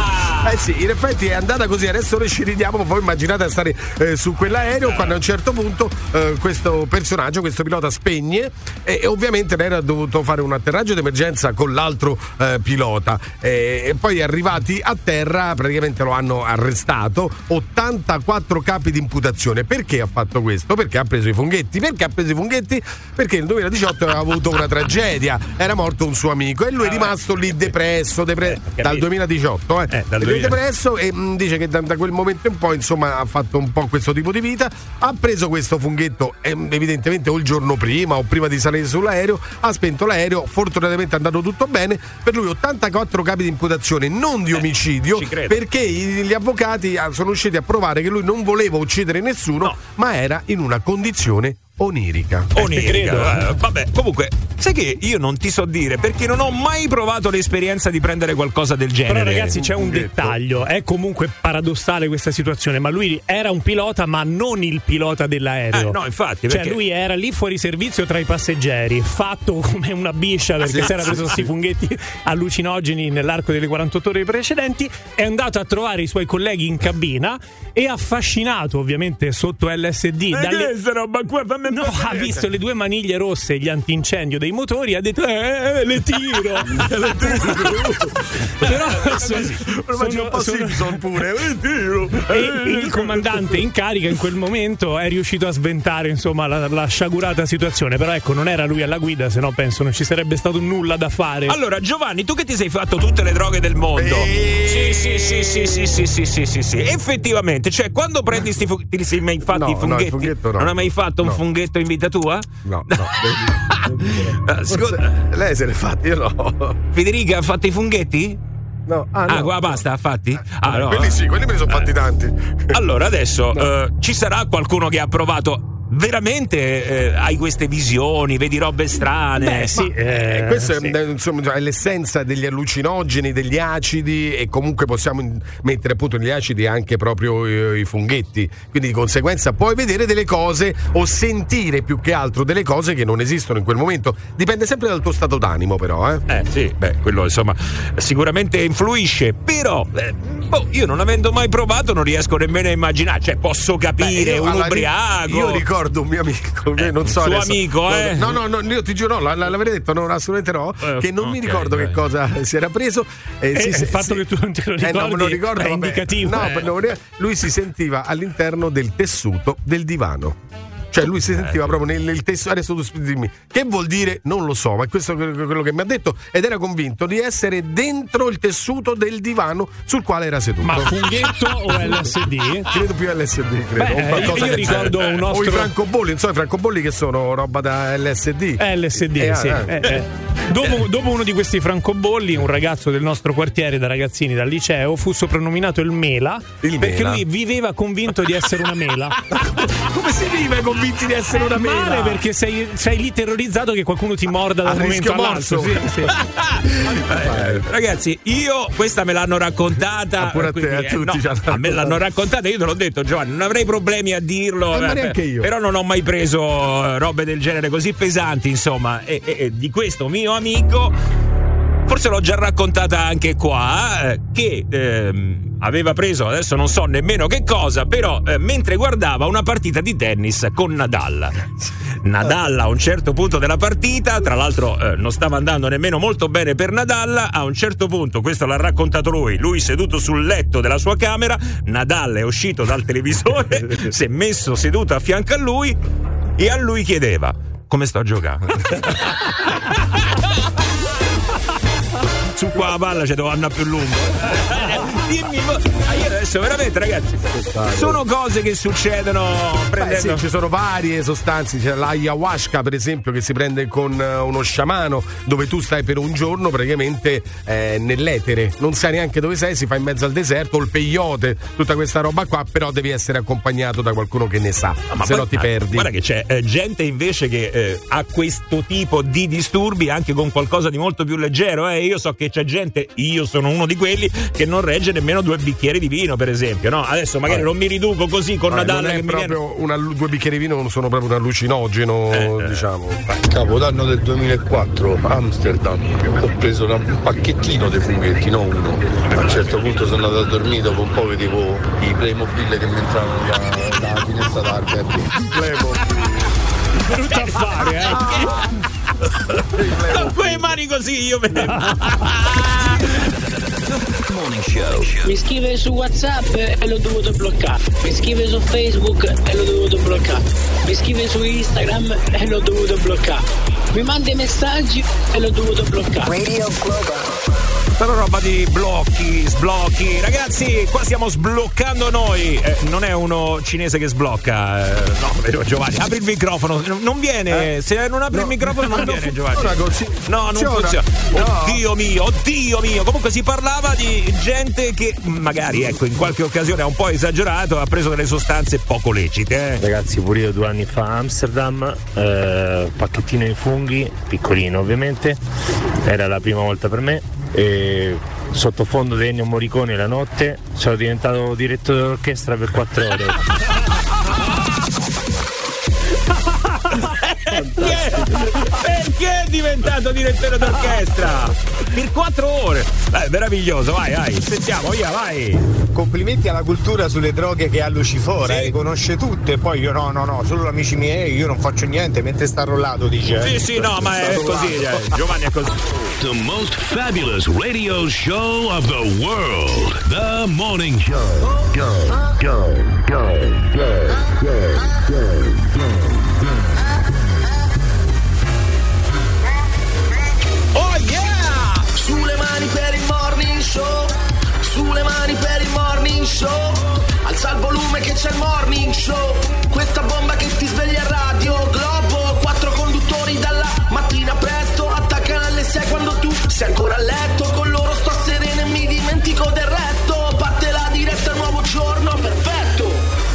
Eh sì, in effetti è andata così. Adesso noi ci ridiamo, ma poi immaginate a stare eh, su quell'aereo quando a un certo punto eh, questo personaggio, questo pilota spegne e, e ovviamente era dovuto fare un atterraggio d'emergenza con l'altro eh, pilota e, e poi arrivati a terra praticamente lo hanno arrestato. Ottantaquattro capi di imputazione. Perché ha fatto questo? Perché ha preso i funghetti. Perché ha preso i funghetti? Perché nel duemiladiciotto aveva avuto una tragedia, era morto un suo amico e lui è rimasto lì depresso, depre- eh, dal duemiladiciotto eh. Eh, dal duemila. Depresso e mh, dice che da, da quel momento in poi insomma ha fatto un po' questo tipo di vita, ha preso questo funghetto eh, evidentemente o il giorno prima o prima di salire sull'aereo, ha spento l'aereo, fortunatamente è andato tutto bene, per lui ottantaquattro capi di imputazione, non di omicidio, eh, perché gli avvocati sono riusciti a provare che lui non voleva uccidere nessuno, no. ma era in una condizione onirica. Onirica, eh, vabbè, comunque, sai che io non ti so dire perché non ho mai provato l'esperienza di prendere qualcosa del genere. Però ragazzi c'è un dettaglio, è comunque paradossale questa situazione, ma lui era un pilota ma non il pilota dell'aereo. Eh, no, infatti, cioè perché... lui era lì fuori servizio tra i passeggeri, fatto come una biscia perché sì, si era sì, preso sì. sti funghetti allucinogeni nell'arco delle quarantotto ore precedenti, è andato a trovare i suoi colleghi in cabina e affascinato ovviamente sotto L S D ma dalle... che è sta roba qua? Fammi No, ha visto le due maniglie rosse e gli antincendio dei motori e ha detto eh, le tiro le tiro però sono, sono un po' Simpson pure le tiro. E il comandante in carica in quel momento è riuscito a sventare insomma la, la sciagurata situazione, però ecco non era lui alla guida, se no penso non ci sarebbe stato nulla da fare. Allora Giovanni, tu che ti sei fatto tutte le droghe del mondo, e... sì, sì, sì, sì, sì, sì, sì, sì, sì, effettivamente, cioè quando prendi sti funghetti, ti sei mai fatti no, i funghetti? No, il no. Non hai mai fatto no. un funghetto in vita tua? No, no. Forse lei se l'è fatti, io no. Federica ha fatto i funghetti? No, ah, no. Ah, qua basta, ha fatti? Ah, no. Quelli sì, quelli me ne sono fatti tanti. Allora adesso no. eh, ci sarà qualcuno che ha provato. Veramente eh, hai queste visioni, vedi robe strane? Beh, sì, eh, eh, questo sì. È, insomma, è l'essenza degli allucinogeni, degli acidi e comunque possiamo in- mettere appunto negli acidi anche proprio eh, i funghetti, quindi di conseguenza puoi vedere delle cose o sentire più che altro delle cose che non esistono in quel momento, dipende sempre dal tuo stato d'animo però eh, eh sì, beh, quello insomma sicuramente influisce, però eh, boh, io non avendo mai provato non riesco nemmeno a immaginare, cioè posso capire beh, io, un alla, ubriaco io ricordo un mio amico, eh, non so suo adesso, amico eh no no no io ti giuro no, l'avrei detto no assolutamente no eh, che non okay, mi ricordo beh. che cosa si era preso eh, eh, si, il si, fatto si, che tu non te lo ricordi eh, no, me lo ricordo, è vabbè. indicativo no, eh. no, lui si sentiva all'interno del tessuto del divano. Cioè lui si sentiva proprio nel, nel tessuto. Adesso tu dimmi che vuol dire, non lo so, ma questo è quello che mi ha detto ed era convinto di essere dentro il tessuto del divano sul quale era seduto. Ma funghetto o L S D? Credo più L S D, credo. Beh, o io, io ricordo un nostro... O i francobolli, non so, i francobolli che sono roba da L S D. L S D, eh, sì. Eh, eh. Dopo, dopo uno di questi francobolli, un ragazzo del nostro quartiere, da ragazzini, dal liceo, fu soprannominato il Mela, il perché mela. lui viveva convinto di essere una mela. Come si vive convinti di essere una mela? Male perché sei, sei lì terrorizzato che qualcuno ti morda da un momento all'altro. Sì, sì. eh, ragazzi, io questa me l'hanno raccontata. Ah, pure a te, quindi, a tutti eh, no, a me l'hanno raccontata, io te l'ho detto, Giovanni, non avrei problemi a dirlo. Eh, ma neanche io. Però non ho mai preso robe del genere così pesanti, insomma. E, e, e di questo mio amico, forse l'ho già raccontata anche qua, eh, che ehm, aveva preso, adesso non so nemmeno che cosa, però eh, mentre guardava una partita di tennis con Nadal. Nadal a un certo punto della partita, tra l'altro eh, non stava andando nemmeno molto bene per Nadal, a un certo punto, questo l'ha raccontato lui, lui seduto sul letto della sua camera, Nadal è uscito dal televisore, si è messo seduto a fianco a lui e a lui chiedeva: come sto a giocare? Su qua la palla ci devo andare più lungo. Dimmi, ah, io adesso veramente, ragazzi, sono cose che succedono prendendo. Beh, sì, ci sono varie sostanze, c'è l'ayahuasca per esempio che si prende con uno sciamano, dove tu stai per un giorno praticamente eh, nell'etere, non sai neanche dove sei, si fa in mezzo al deserto, o il peyote, tutta questa roba qua, però devi essere accompagnato da qualcuno che ne sa, ma se poi, no ti perdi. Guarda che c'è eh, gente invece che eh, ha questo tipo di disturbi anche con qualcosa di molto più leggero, eh. Io so che c'è gente, io sono uno di quelli che non regge nemmeno due bicchieri di vino, per esempio, no? Adesso magari ah. non mi riduco così con ah, Nadal non è che proprio mi viene... una, due bicchieri di vino non sono proprio un allucinogeno, eh, diciamo. Capodanno del duemilaquattro, Amsterdam, ho preso un pacchettino di fumetti, non uno. A un certo punto sono andato a dormire, dopo un po' vedevo i Playmobil che mi entravano da, dalla finestra d'albergo. Playmobil. Brutto a fare, eh. Con quelle mani così io vedevo. Mi scrive su WhatsApp e l'ho dovuto bloccare. Mi scrive su Facebook e l'ho dovuto bloccare. Mi scrive su Instagram e l'ho dovuto bloccare. Mi manda i messaggi e l'ho dovuto bloccare. Radio Global. Tutta roba di blocchi, sblocchi. Ragazzi, qua stiamo sbloccando noi. Eh, non è uno cinese che sblocca. Eh, no, vedo Giovanni. Apri il microfono. Non viene. Eh? Se non apri no, il microfono non, non viene, Giovanni. Così. No, non funziona. No. Oddio mio, oddio mio. Comunque si parlava di gente che magari, ecco, in qualche occasione ha un po' esagerato, ha preso delle sostanze poco lecite. Eh? Ragazzi, pure io due anni fa a Amsterdam, eh, pacchettino di funghi, piccolino ovviamente. Era la prima volta per me. E sottofondo di Ennio Morricone la notte sono diventato direttore d'orchestra per quattro ore. Perché? Perché è diventato direttore d'orchestra? Per quattro ore. Beh, meraviglioso, vai, vai, sentiamo, via, vai. Complimenti alla cultura sulle droghe che ha Lucifora, sì. Le conosce tutte, poi io no, no, no, solo amici miei, io non faccio niente mentre sta rollato, dice. Sì, sì, no, ma è così, eh. Giovanni è così. The most fabulous radio show of the world. The Morning Show. Go, go, go, go, go, go, go. Oh yeah! Sulle mani per il morning show, sulle mani per il morning show, alza il volume che c'è il morning show, questa bomba che ti sveglia a Radio Globo, quattro conduttori dalla mattina presto, attaccano alle sei quando tu sei ancora a letto, con loro sto sereno e mi dimentico del resto, parte la diretta nuovo giorno, perfetto.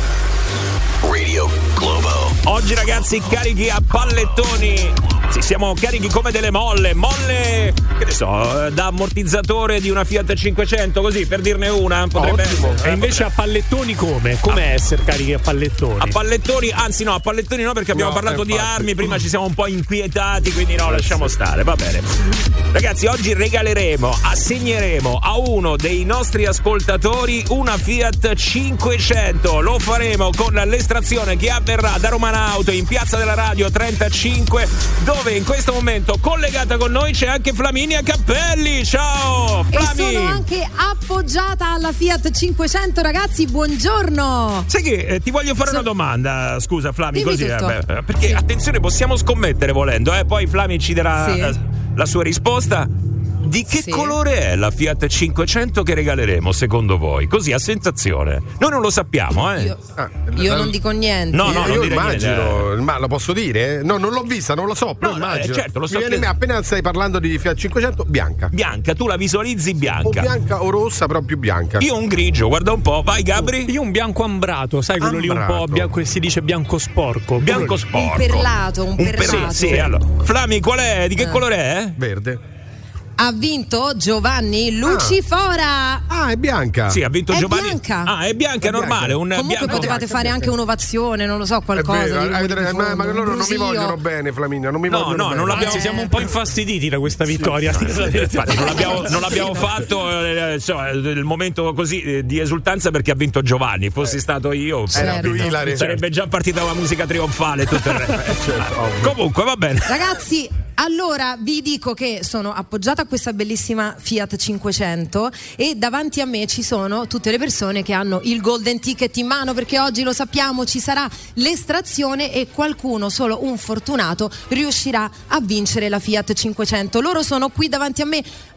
Radio Globo. Oggi ragazzi carichi a pallettoni. Sì, siamo carichi come delle molle, molle, che ne so, da ammortizzatore di una Fiat cinquecento, così per dirne una, potrebbe Ottimo. E invece a pallettoni come? Come ah. essere carichi a pallettoni? A pallettoni, anzi no, a pallettoni no, perché abbiamo no, parlato di armi, prima ci siamo un po' inquietati, quindi no, lasciamo stare, va bene. Ragazzi, oggi regaleremo, assegneremo a uno dei nostri ascoltatori una Fiat cinquecento. Lo faremo con l'estrazione che avverrà da Romanauto in Piazza della Radio trentacinque, dove in questo momento collegata con noi c'è anche Flaminia Cappelli. Ciao Flami! E sono anche appoggiata alla Fiat cinquecento, ragazzi, buongiorno. Sai che eh, ti voglio fare so- una domanda, scusa Flami, Dimmi così tutto. eh, beh, perché sì. Attenzione, possiamo scommettere volendo, eh? Poi Flami ci darà sì. la, la sua risposta. Di che sì. colore è la Fiat cinquecento che regaleremo secondo voi? Così a sensazione. Noi non lo sappiamo, eh. Io, ah, io la, non dico niente. No, no, io non immagino, niente. ma lo posso dire? No, non l'ho vista, non lo so, però No, immagino. eh, certo, lo so Mi viene che- me- appena stai parlando di Fiat cinquecento, bianca. Bianca, tu la visualizzi bianca. O bianca o rossa, però più bianca. Io un grigio, guarda un po', vai Gabri. Io un bianco ambrato, sai quello lì un Ambrato. po' bianco che si dice bianco sporco. Bianco Quello lì. sporco. Un perlato, un Un per- perlato. Sì, sì, allora. Flami, qual è? Di che Eh. colore è? Verde. Ha vinto Giovanni Lucifora. Ah, è bianca. Sì, ha vinto È Giovanni. bianca. Ah, è bianca, è normale. Un Comunque bianco. potevate bianca, fare bianca. anche un'ovazione, non lo so, È qualcosa. vero, di eh, rumore di ma, fondo, ma loro un non mi brusio. vogliono bene, Flaminia. Non mi No, vogliono no, bene. non l'abbiamo. Anzi, siamo un po' infastiditi da questa vittoria. Infatti, non l'abbiamo, non l'abbiamo fatto eh, insomma, il momento così eh, di esultanza perché ha vinto Giovanni. Fossi Eh. stato io, Era Certo. più ilare. sarebbe già partita la musica trionfale e tutto il resto. Comunque va bene. Ragazzi, allora vi dico che sono appoggiata a questa bellissima Fiat cinquecento e davanti a me ci sono tutte le persone che hanno il golden ticket in mano, perché oggi lo sappiamo, ci sarà l'estrazione e qualcuno, solo un fortunato, riuscirà a vincere la Fiat cinquecento. Loro sono qui davanti a me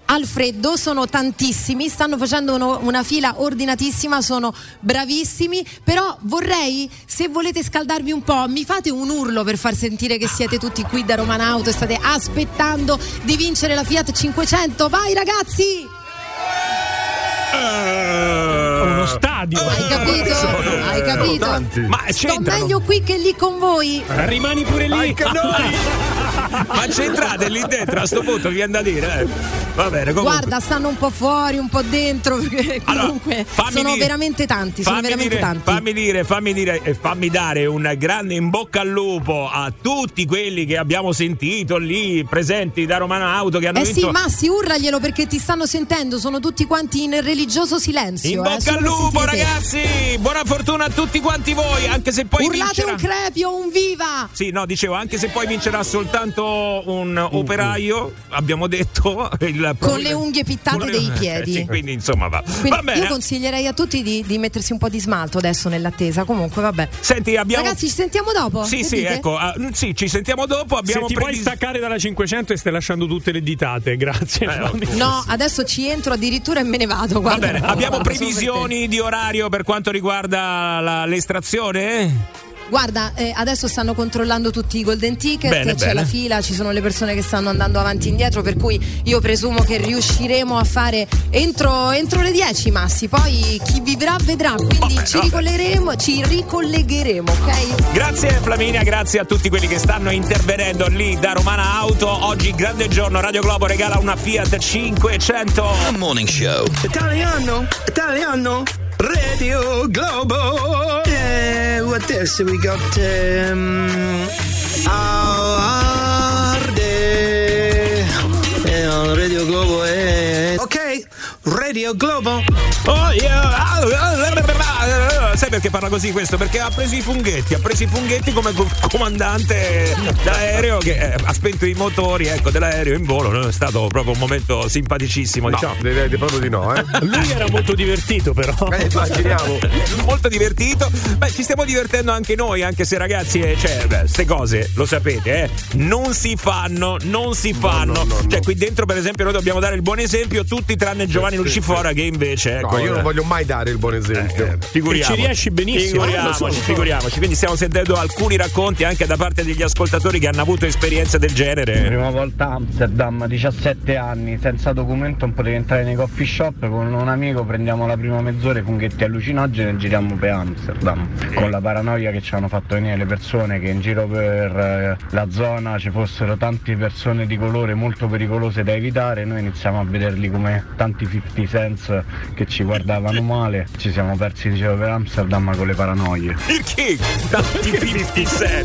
al freddo, sono tantissimi, stanno facendo uno, una fila ordinatissima, sono bravissimi, però vorrei, se volete scaldarvi un po', mi fate un urlo per far sentire che siete tutti qui da Romanauto e state aspettando di vincere la Fiat cinquecento. Vai ragazzi! Uh, uno stadio. Hai capito? Hai capito? Ma sto c'entrano. meglio qui che lì con voi. Rimani pure lì. Anche noi. Ma c'entrate lì dentro a sto punto, viene da dire. Eh. Va bene, comunque. Guarda, stanno un po' fuori, un po' dentro, perché comunque allora, sono dire, veramente tanti, sono veramente dire, tanti. Fammi dire, fammi dire e fammi dare un grande in bocca al lupo a tutti quelli che abbiamo sentito lì presenti da Romanauto che hanno Eh vinto. sì, Massi, urraglielo perché ti stanno sentendo, sono tutti quanti in religioso silenzio. In bocca eh, al lupo, sentite. ragazzi! Buona fortuna a tutti quanti voi, anche se poi Urlate vincerà. un crepio, un viva! Sì, no, dicevo, anche se poi vincerà soltanto un operaio, abbiamo detto il Con le unghie pittate con le- dei eh, piedi. sì, quindi insomma va. Quindi Va bene. io consiglierei a tutti di, di mettersi un po' di smalto adesso nell'attesa. Comunque, vabbè. Senti, abbiamo Ragazzi, ci sentiamo dopo? Sì, Che sì, dite? ecco, ah, sì, ci sentiamo dopo. Abbiamo Se ti puoi previs- staccare dalla cinquecento e stai lasciando tutte le ditate, grazie. Eh, No, adesso ci entro addirittura e me ne vado. Va Guarda. bene, abbiamo Guarda, solo per previsioni di orario per quanto riguarda la- l'estrazione? Guarda, eh, adesso stanno controllando tutti i golden ticket, Bene, c'è bene. la fila, ci sono le persone che stanno andando avanti e indietro, per cui io presumo che riusciremo a fare entro, entro le dieci, Massi. Poi chi vivrà vedrà, quindi Vabbè, ci vabbè. ricollegheremo, ci ricollegheremo, ok? Grazie Flaminia, grazie a tutti quelli che stanno intervenendo lì da Romana Auto. Oggi grande giorno, Radio Globo regala una Fiat cinquecento. Morning Show. Italiano, Italiano, Radio Globo. Yeah, what else we got? Um, Arde. Yeah, Radio Globo. Eh. Ok, Radio Globo. Oh yeah! Sai perché parla così questo? Perché ha preso i funghetti, ha preso i funghetti come co- comandante d'aereo che eh, ha spento i motori, ecco, dell'aereo in volo. No? È stato proprio un momento simpaticissimo, No, diciamo. direi di- proprio di no, eh. Lui era molto divertito, però. Eh, immaginiamo. Molto divertito. Beh, ci stiamo divertendo anche noi, anche se ragazzi, eh, cioè, queste cose lo sapete, eh, non si fanno, non si fanno. no, no, cioè, no. qui dentro, per esempio, noi dobbiamo dare il buon esempio, tutti tranne Giovanni sì, Lucifora, sì. che invece, ecco. No, io non eh, voglio mai dare il buon esempio. Eh, figuriamoci. E ci riesci benissimo. Figuriamoci, Eh, lo so. figuriamoci. Quindi stiamo sentendo alcuni racconti anche da parte degli ascoltatori che hanno avuto esperienze del genere. Prima volta a Amsterdam, diciassette anni, senza documento non potevi entrare nei coffee shop, con un amico prendiamo la prima mezz'ora i funghetti allucinogeni e giriamo per Amsterdam, con la paranoia che ci hanno fatto venire le persone, che in giro per eh, la zona ci fossero tante persone di colore molto pericolose da evitare. Noi iniziamo a vederli come tanti cinquanta cents che ci guardavano male, ci siamo persi in giro per Amsterdam con le paranoie. Il chi? Tanti cinquanta Cent.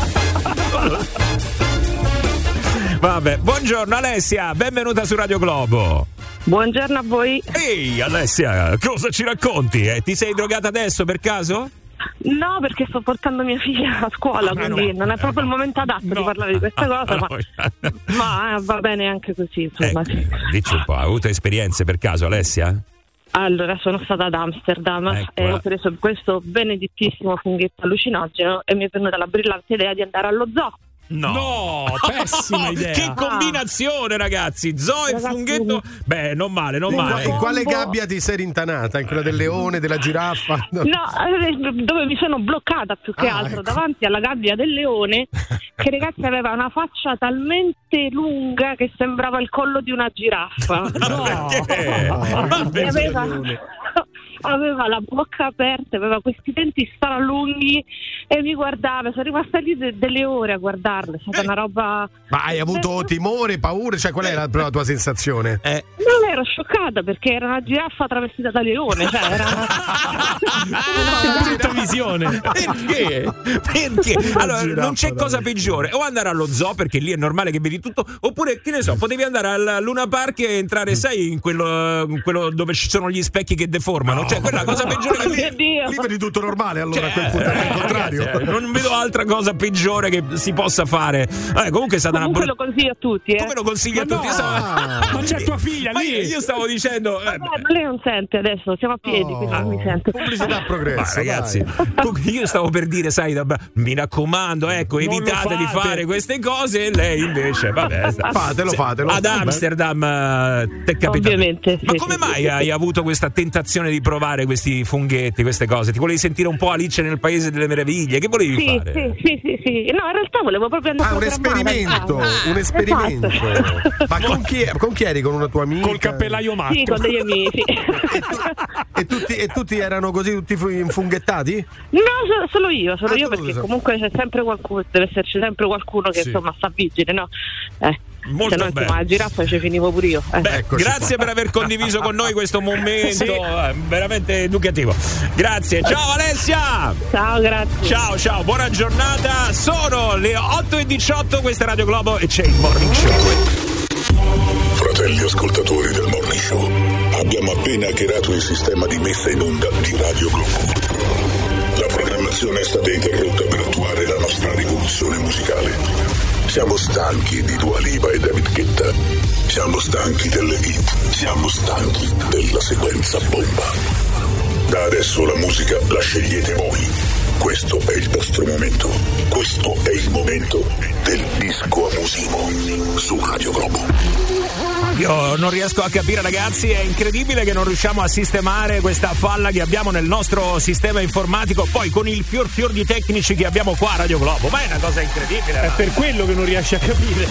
Vabbè, buongiorno Alessia, benvenuta su Radio Globo. Buongiorno a voi. Ehi Alessia, cosa ci racconti? Eh, ti sei drogata adesso per caso? No, perché sto portando mia figlia a scuola, Ah, quindi no. non è proprio il momento adatto No. di parlare di questa cosa, ma, No. ma eh, va bene anche così, insomma. Eh, dici un po', hai avuto esperienze per caso Alessia? Allora, sono stata ad Amsterdam Ecco, e eh. ho preso questo benedettissimo funghetto allucinogeno e mi è venuta la brillante idea di andare allo zoo. No, No, pessima idea. Che combinazione, ragazzi! Zoo e Ragazzi, funghetto. Beh, non male, non In, male. in quale Combo. gabbia ti sei rintanata? In quella del leone, della giraffa? No, eh, dove mi sono bloccata più che Ah, altro ecco. davanti alla gabbia del leone, che ragazzi aveva una faccia talmente lunga che sembrava il collo di una giraffa. Ma perché? Ma E perché? aveva, aveva la bocca aperta, aveva questi denti stralunghi e mi guardava, sono rimasta lì de- delle ore a guardarlo, è stata una roba. Ma hai avuto timore, paura? Cioè, qual è la, la tua sensazione? Eh, Non ero scioccata perché era una giraffa travestita da leone, cioè era una... Che brutta visione. Perché? Perché? Allora, non c'è cosa peggiore. O andare allo zoo, perché lì è normale che vedi tutto, oppure, che ne so, potevi andare al Luna Park e entrare, sai, in quello, in quello dove ci sono gli specchi che deformano. Cioè, quella cosa peggiore che Oh, mio lì. Dio. Lì vedi tutto normale, allora Cioè, a quel punto, al contrario. radio. Eh, non vedo altra cosa peggiore che si possa fare. Eh, comunque è stata Comunque una lo consiglio a tutti, eh. Come lo consigli Ma a tutti? no. Io stavo... Ma c'è tua figlia Ma lì. io, io stavo dicendo. Eh, Ma lei non sente adesso, siamo a piedi, quindi non mi sente. Pubblicità a progresso. Ma ragazzi, tu- io stavo per dire, sai, da- mi raccomando, ecco, Non evitate lo di fate. fare queste cose. E lei invece, vabbè, sta- Fatelo, se- fatelo. Ad Amsterdam eh, ti è capitato. Ovviamente, Ma sì, come sì, mai sì, hai sì. avuto questa tentazione di provare questi funghetti, queste cose? Ti volevi sentire un po' Alice nel Paese delle Meraviglie? Che volevi Sì, fare? sì, sì, sì, sì. No, in realtà volevo proprio andare Ah, a un programmare. esperimento, Ah, un esperimento. esatto. Ma con chi, con chi eri? Con una tua amica? Col cappellaio matto. Sì, con degli amici. E tutti, e tutti erano così tutti fu- infunghettati? No, so- solo io, solo Ah, io solo perché tu. comunque c'è sempre qualcuno, deve esserci sempre qualcuno che Sì. insomma sta vigile, no? Eh. Molto Se no, insomma, bene. la giraffa ci finivo pure io. Eh. Beh, Eccoci grazie qua. per aver condiviso con noi questo momento Sì. eh, veramente educativo. Grazie, ciao Alessia! Ciao, grazie. Ciao, ciao, buona giornata. Sono le otto e diciotto, questa è Radio Globo e c'è il Morning Show. Fratelli ascoltatori del Morning Show, abbiamo appena hackerato il sistema di messa in onda di Radio Globo. La programmazione è stata interrotta per attuare la nostra rivoluzione musicale. Siamo stanchi di Dua Lipa e David Guetta. Siamo stanchi delle hit. Siamo stanchi della sequenza bomba. Da adesso la musica la scegliete voi. Questo è il vostro momento. Questo è il momento del disco abusivo su Radio Globo. Io non riesco a capire, ragazzi, è incredibile che non riusciamo a sistemare questa falla che abbiamo nel nostro sistema informatico, poi con il fior fior di tecnici che abbiamo qua a Radio Globo. Ma è una cosa incredibile. È per quello che non riesci a capire.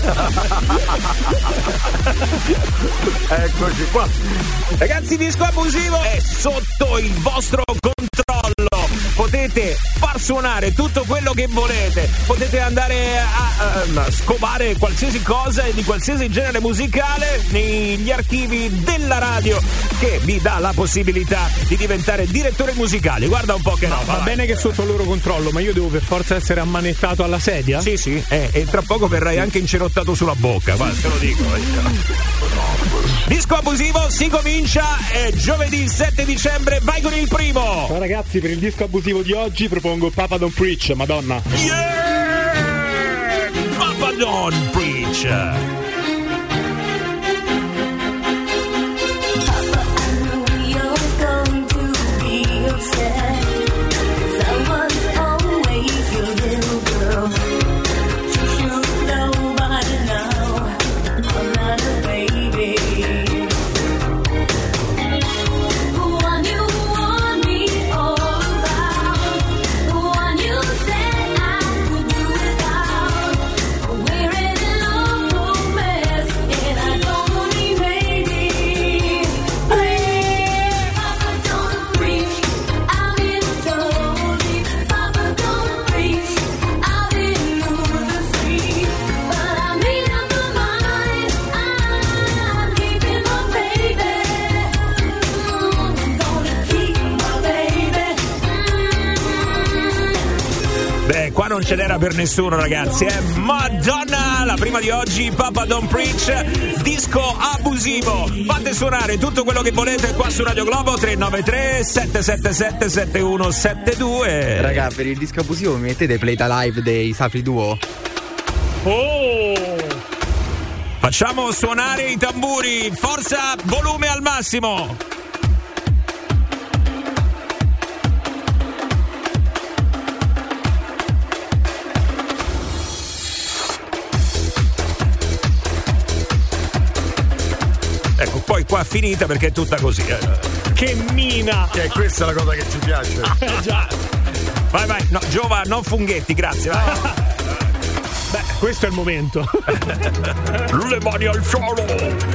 Eccoci qua. Ragazzi, disco abusivo è sotto il vostro controllo. Potete far suonare tutto quello che volete. Potete andare a, a, a scovare qualsiasi cosa e di qualsiasi genere musicale negli archivi della radio, che vi dà la possibilità di diventare direttori musicali. Guarda un po' che Ma roba. va vai. bene che è sotto il loro controllo, ma io devo per forza essere ammanettato alla sedia? Sì, sì, eh, e tra poco verrai anche incerottato sulla bocca, guarda, te lo dico. Disco abusivo si comincia, è giovedì sette dicembre, vai con il primo. Ciao ragazzi, per il disco abusivo di oggi propongo Papa Don't Preach, Madonna. Yeah! Papa Don't Preach. Beh, qua non ce n'era per nessuno, ragazzi, eh. Madonna, la prima di oggi, Papa Don't Preach, disco abusivo. Fate suonare tutto quello che volete qua su Radio Globo. Tre nove tre sette sette sette sette uno sette due. Raga, per il disco abusivo mi mettete Playta Live dei Safri Duo? Oh! Facciamo suonare i tamburi, forza, volume al massimo. Ecco, poi qua finita perché è tutta così. Eh. Che mina! Che questa è la cosa che ci piace. Eh già. Vai, vai, no, Giova, non funghetti, grazie. Vai. Beh, questo è il momento. Le mani al cielo.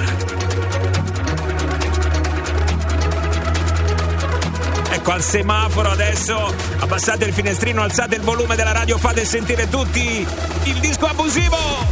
Ecco, al semaforo adesso abbassate il finestrino, alzate il volume della radio, fate sentire tutti il disco abusivo.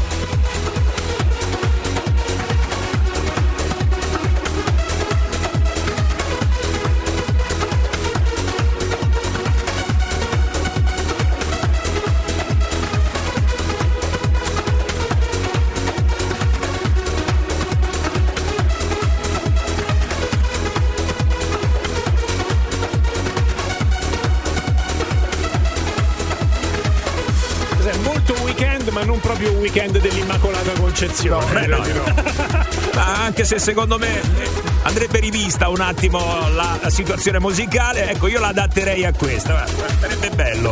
Cos'è? Molto weekend, ma non proprio weekend dell'Immacolata Concezione. No, beh, no, no. Ma anche se secondo me andrebbe rivista un attimo la, la situazione musicale, ecco, io la adatterei a questa, sarebbe bello.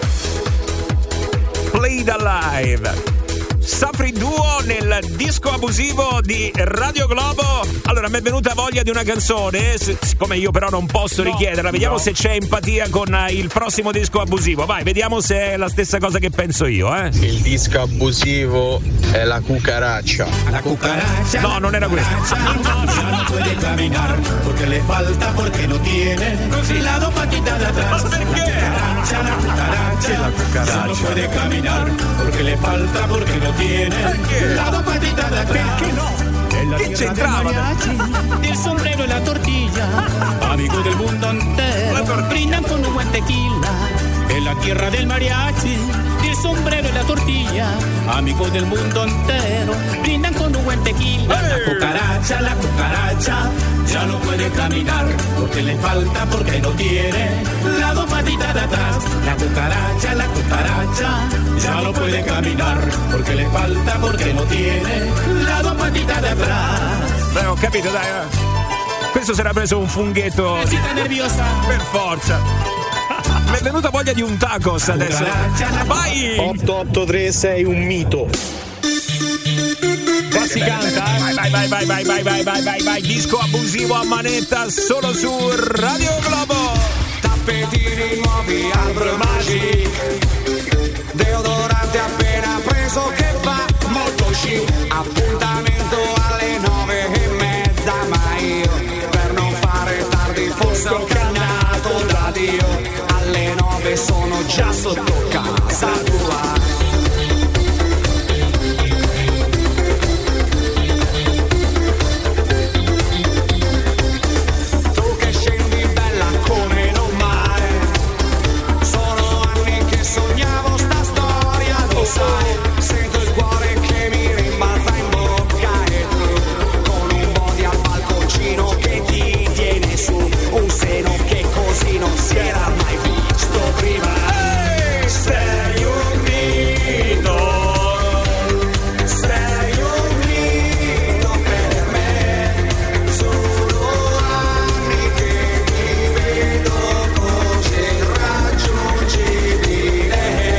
Played Alive, Safri Duo nel disco abusivo di Radio Globo. Allora mi è venuta voglia di una canzone, siccome io però non posso no, richiederla, vediamo no. se c'è empatia con il prossimo disco abusivo. Vai, vediamo se è la stessa cosa che penso io, eh. Il disco abusivo è la cucaraccia. La cucaracha. No, non era questo. No puede caminar porque le falta, porque no tiene il lado patita de atrás. Ma perché? La cucaracha, la cucaracha. Ya no puede caminar porque le falta, porque no tiene il lado patita de atrás. Perché no? Che c'entrava? Il sombrero e la tortilla, amigo del mundo entero, brindan con un buen tequila. En la tierra del mariachi, el sombrero y la tortilla, amigo del mundo entero, brindan con un buen tequila. La cucaracha, la cucaracha, ya no puede caminar, porque le falta, porque no tiene las dos patitas de atrás. La cucaracha, la cucaracha, ya no puede caminar, porque le falta, porque no tiene las dos patitas de atrás. Beh, ho capito, dai. Questo sarà preso un funghetto. Nerviosa. Per forza. Mi è venuta voglia di un tacos adesso. Vai! otto otto tre sei un mito. Qua si canta, eh? Vai, vai, vai, vai, vai, vai, vai, vai, vai. Disco abusivo a manetta solo su Radio Globo. Tappetini nuovi al Magic, deodorante appena preso che va molto chic. Appuntamento alle nove e mezza, ma io per non fare tardi forse ho cannato da Dio. Alle nove sono già sotto casa tua. Tu che scendi bella come non mai, sono anni che sognavo sta storia, lo sai. Sento il cuore che mi rimbalza in bocca e tu con un body al balconcino che ti tiene su, un seno che così non si era mai visto prima. Hey! Sei un mito, sei un mito per me, sono anni che ti vedo così irraggiungibile.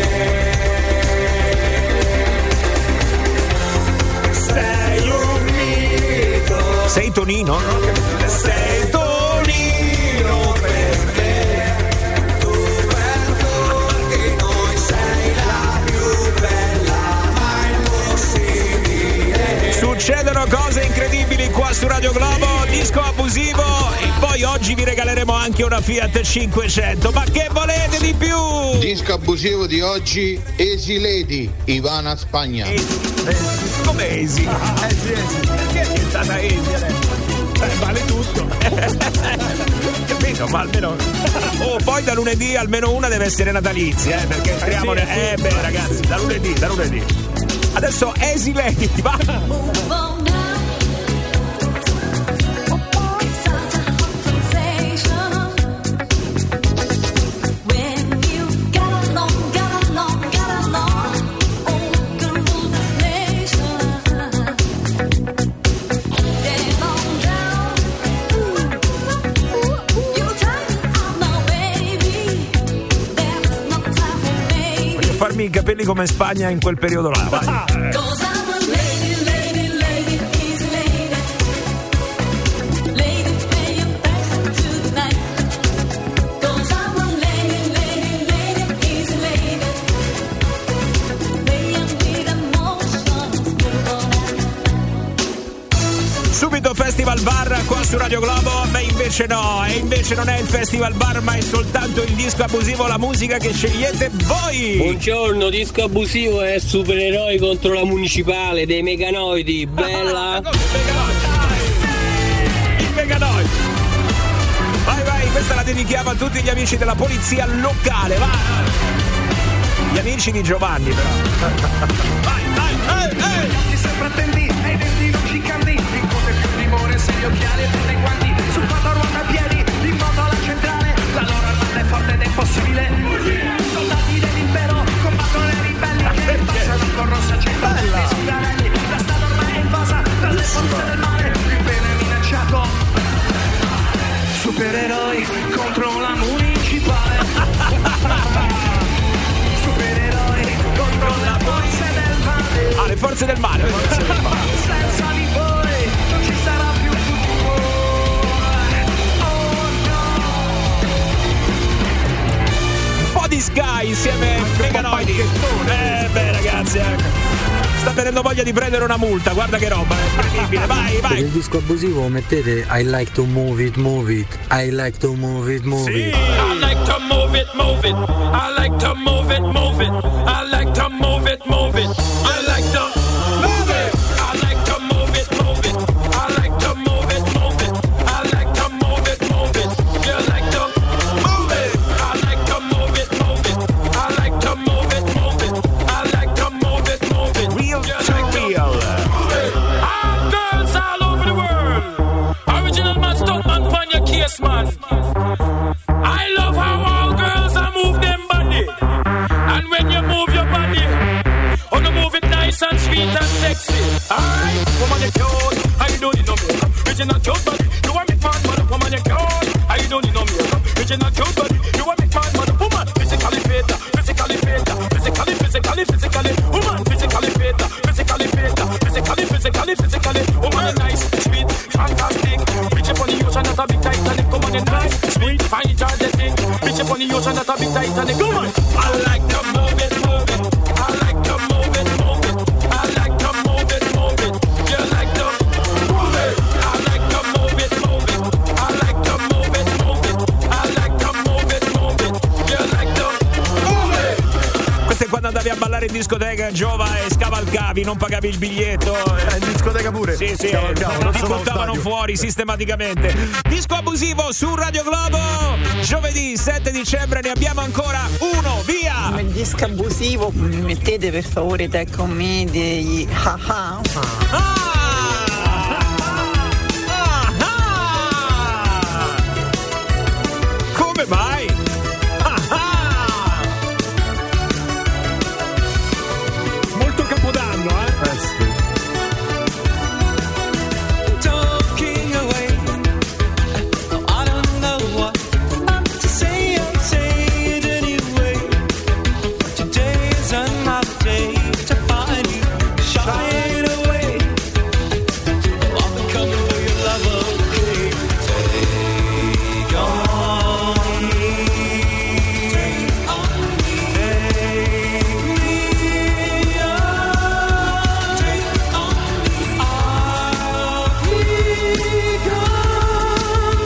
Sei un mito. Sei Tonino? Sei Tonino per me, tu per tutti noi sei la più bella, ma impossibile. Succedono cose incredibili qua su Radio Globo, disco abusivo e poi oggi vi regaleremo anche una Fiat cinquecento. Ma che volete di più? Disco abusivo di oggi, Easy Lady, Ivana Spagna. Come Easy? Easy, Easy. Perché è stata Easy adesso? Eh, vale tutto. Capito? Ma almeno. Oh, poi da lunedì almeno una deve essere natalizia, eh, perché entriamo. Eh, sì, eh sì. Beh, ragazzi, da lunedì, da lunedì. Adesso Easy Lady, va! Farmi i capelli come Spagna in quel periodo là. Vai. Subito Festival Bar qua su Radio Globo. Beh, invece no, e invece non è il Festival Bar, ma è soltanto il disco abusivo, la musica che scegliete voi. Buongiorno, disco abusivo è supereroi contro la municipale dei Meganoidi. Bella. Il Meganoid. Vai, vai, questa la dedichiamo a tutti gli amici della polizia locale, va. Gli amici di Giovanni, però. Vai, vai, ehi, ehi. Ti sempre attendi, ai denti non ciccandi, in cose più timore, se gli occhiali e tutte i guanti, sul quadro ruota a piedi, in moto alla centrale, la loro armata è forte ed è impossibile. Soldati dell'impero combattono i ribelli, forze del male. Senza di voi non ci sarà più futuro. Oh no. Un po' di Sky insieme a Meganoidi. Eh beh ragazzi, ecco. Sta venendo voglia di prendere una multa, guarda che roba, è incredibile. Vai, vai. Per il disco abusivo mettete I like to move it, move it. I like to move it, move it. I like to move it, move it. I like to move it, move it. I like to move it, move it. I like to move it. I like to move it, move it. I like to move it, move it. I like to move it, move it. You like to move it. I like to move it, move it. I like to move it, move it. I like to move it, move it. Real to real. All girls all over the world. Original man, stunt man, pon your case, man. I love how all girls are move them body. And when you move your body, oh, you move it nice and sweet and sexy. Alright, woman, you cute. I don't need no makeup. Original cute body. You want me man, but woman, you cute. I don't need no makeup. Original cute body. You want me man, but woman, physically fit, physically fit, physically, physically, physically, woman, physically fit, physically fit, physically, physically, physically, woman, you nice, sweet, fantastic. Bitch up on the ocean, that's a big Titanic. Come on, you nice, sweet, fine, chargetic. Bitch up on the ocean, that's a big Titanic. Come on, I like to move it, move it. I like to move it, move it. I like to move it, move it. You like to move it. I like to move it, move it. I like to move it, move it. I like to move it, move it. You like to move it. Questo è quando andavi a ballare in discoteca, Giova, e scavalcavi, non pagavi il biglietto. Eh, in discoteca pure. Sì, sì, non ti solo buttavano stadio. fuori sistematicamente. Disco abusivo su Radio Globo. Giovedì sette dicembre ne abbiamo ancora uno, via! Come disco abusivo mi mettete per favore dai commedie gli ah ah. Come mai? Molto capodanno, eh? Eh sì. Talking away. I don't know what to say. I'll say it anyway. Today is another day to find you. Shine away. I'm coming for your love, okay? Take on me. Take on me. Take me on. Take on me. I'll be gone.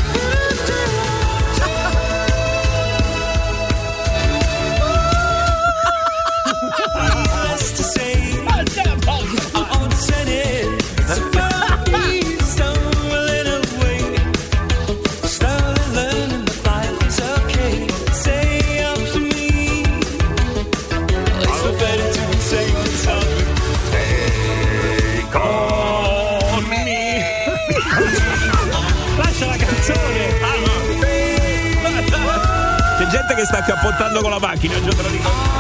Less to say. I won't send it. Somebody stumbling away. Slowly learning that life is okay. Say up to me. It's no better to say something. Take on me. Lascia la canzone. C'è gente che sta cappottando con la macchina, già te lo dico.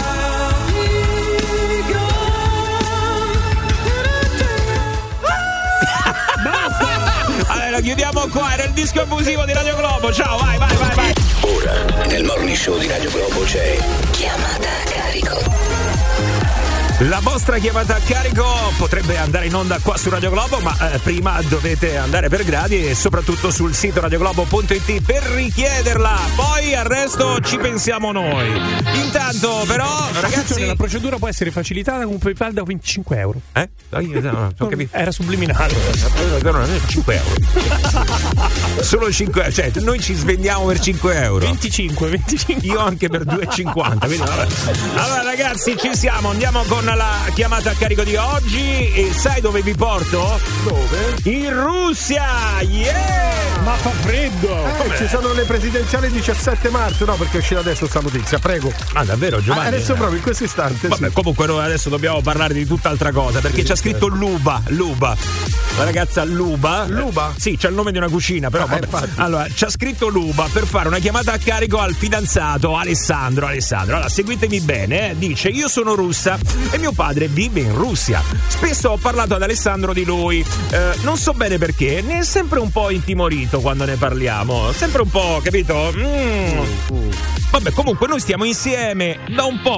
Allora chiudiamo qua, era il disco abusivo di Radio Globo. Ciao, vai, vai, vai, vai. Ora, nel Morning Show di Radio Globo c'è Chiamata a carico. La vostra chiamata a carico potrebbe andare in onda qua su Radio Globo, ma eh, prima dovete andare per gradi e soprattutto sul sito radioglobo punto it per richiederla. Poi al resto ci pensiamo noi. Intanto però, ragazzi, la procedura può essere facilitata con un PayPal da venticinque euro. Eh? Dai, no, ho capito. Era subliminale. cinque euro. Solo cinque euro. Cioè, noi ci svendiamo per cinque euro. venticinque, venticinque. Io anche per due e cinquanta. Allora, ragazzi, ci siamo. Andiamo con la chiamata a carico di oggi. E sai dove vi porto? Dove? In Russia! Yeah! Ma fa freddo! Eh, ci sono le presidenziali il diciassette marzo, no? Perché è uscita adesso sta notizia, prego. Ma davvero, Giovanni? Ah, adesso proprio in questo istante. Vabbè, sì. comunque noi adesso dobbiamo parlare di tutt'altra cosa, perché c'ha scritto Luba, Luba. La ragazza Luba. Luba? Sì, c'è il nome di una cucina, però Ah, vabbè. Allora, c'ha scritto Luba per fare una chiamata a carico al fidanzato Alessandro. Alessandro, allora seguitemi bene, eh. Dice: io sono russa e mio padre vive in Russia. Spesso ho parlato ad Alessandro di lui. Eh, non so bene perché, ne è sempre un po' intimorito quando ne parliamo. Sempre un po', capito? Mm. Vabbè, comunque noi stiamo insieme da un po' e quasi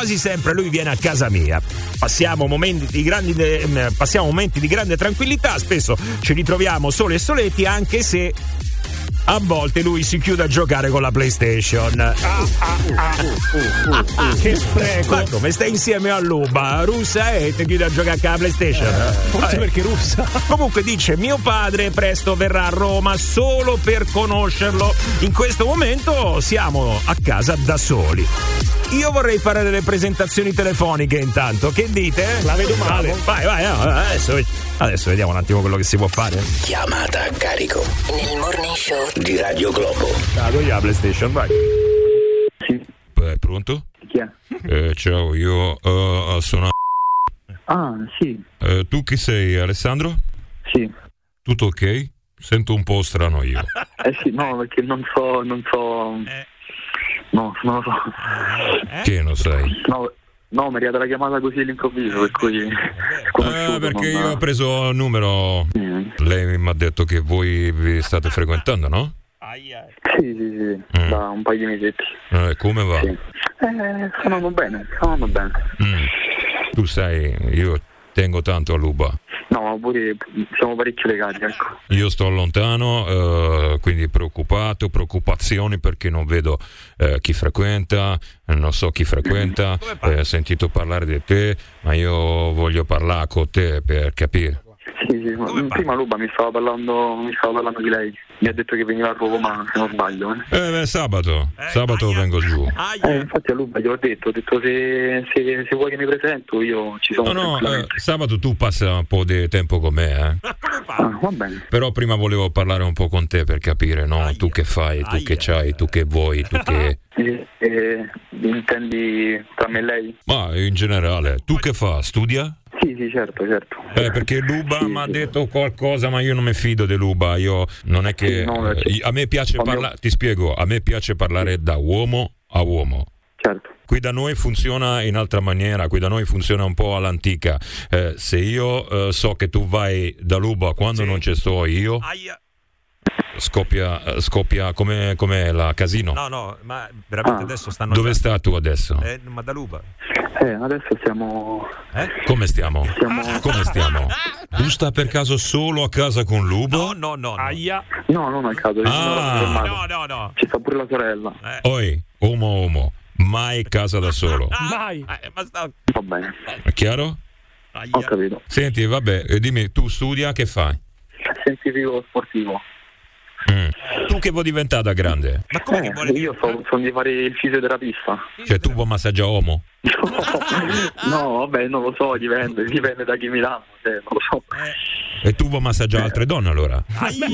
quasi sempre lui viene a casa mia. Passiamo momenti di grandi eh, passiamo momenti di grande tranquillità, spesso ci ritroviamo soli e soletti, anche se a volte lui si chiude a giocare con la PlayStation. Ah, ah, ah, uh, uh, uh, che spreco! Ma come stai insieme a Luba? Russa e ti chiude a giocare con la PlayStation? Eh, forse perché russa. Comunque dice: mio padre presto verrà a Roma solo per conoscerlo. In questo momento siamo a casa da soli. Io vorrei fare delle presentazioni telefoniche intanto. Che dite? La vedo male. Vai, vai, adesso, adesso vediamo un attimo quello che si può fare. Chiamata a carico nel morning show di Radio Globo. Ah, con la PlayStation, vai. Sì. Beh, pronto? Chi è? Eh, ciao, io uh, sono. Ah, sì. Eh, tu chi sei, Alessandro? Sì. Tutto ok? Sento un po' strano io. Eh sì, no, perché non so, non so. Eh. No, non lo so. Eh? Che non sai? No, no, mi è arrivata la chiamata così all'improvviso, per cui. Eh, perché non... io ho preso il numero. Mm. Lei mi ha detto che voi vi state frequentando, no? Sì, sì, sì, mm. da un paio di mesetti. Eh, come va? Sì. Eh, sta andando bene, sta andando bene. Mm. Tu sai, io tengo tanto a Luba. No, pure siamo parecchio legati, ecco. Io sto lontano, uh, quindi preoccupato, preoccupazioni perché non vedo uh, chi frequenta, non so chi frequenta, eh, ho sentito parlare di te, ma io voglio parlare con te per capire. Sì, sì, ma prima Luba mi stava parlando, mi stava parlando di lei. Mi ha detto che veniva a Roma, se non sbaglio. Eh, eh beh, sabato, eh, sabato aia. vengo giù. Eh, infatti a Luba gli ho detto, ho detto se, se, se vuoi che mi presento io ci sono. No, no, eh, sabato tu passa un po' di tempo con me, eh. Ah, va bene. Però prima volevo parlare un po' con te per capire, no? Aia. Tu che fai, tu aia. che c'hai, tu che vuoi, tu che... Eh, eh, intendi tra me e lei? Ma in generale, tu che fa? Studia? Sì, sì, certo, certo. Eh, perché Luba sì, mi ha sì. detto qualcosa, ma io non mi fido di Luba. Io non è che. Sì, no, eh, a me piace parlare. Ti spiego, a me piace parlare da uomo a uomo. Certo. Qui da noi funziona in altra maniera, qui da noi funziona un po' all'antica. Eh, se io eh, so che tu vai da Luba quando sì. non ci sto io. Aia. Scoppia, scoppia come com'è la casino? No, no, ma veramente ah. adesso stanno. Dove sta tu adesso? Eh, ma da Luba. Eh, adesso stiamo. Eh? Come stiamo? stiamo... Come stiamo? Tu sta per caso solo a casa con Luba? No, no, no. no. Aia. No, non a casa. Ah. No, no, no. Ci sta pure la sorella. Eh. Oi, uomo, uomo. Mai casa da solo. Mai. Eh, basta... Va bene. È chiaro? Aia. Ho capito. Senti, vabbè, dimmi, tu studia, che fai? Scientifico sportivo. Mm. Tu che vuoi diventare da grande? Ma come eh, che vuole io so, sono di fare il fisioterapista. Cioè tu vuoi massaggiare uomo? No, no, vabbè, non lo so, dipende, dipende da chi mi danno, cioè, non lo so. Eh. E tu vuoi massaggiare eh. altre donne allora?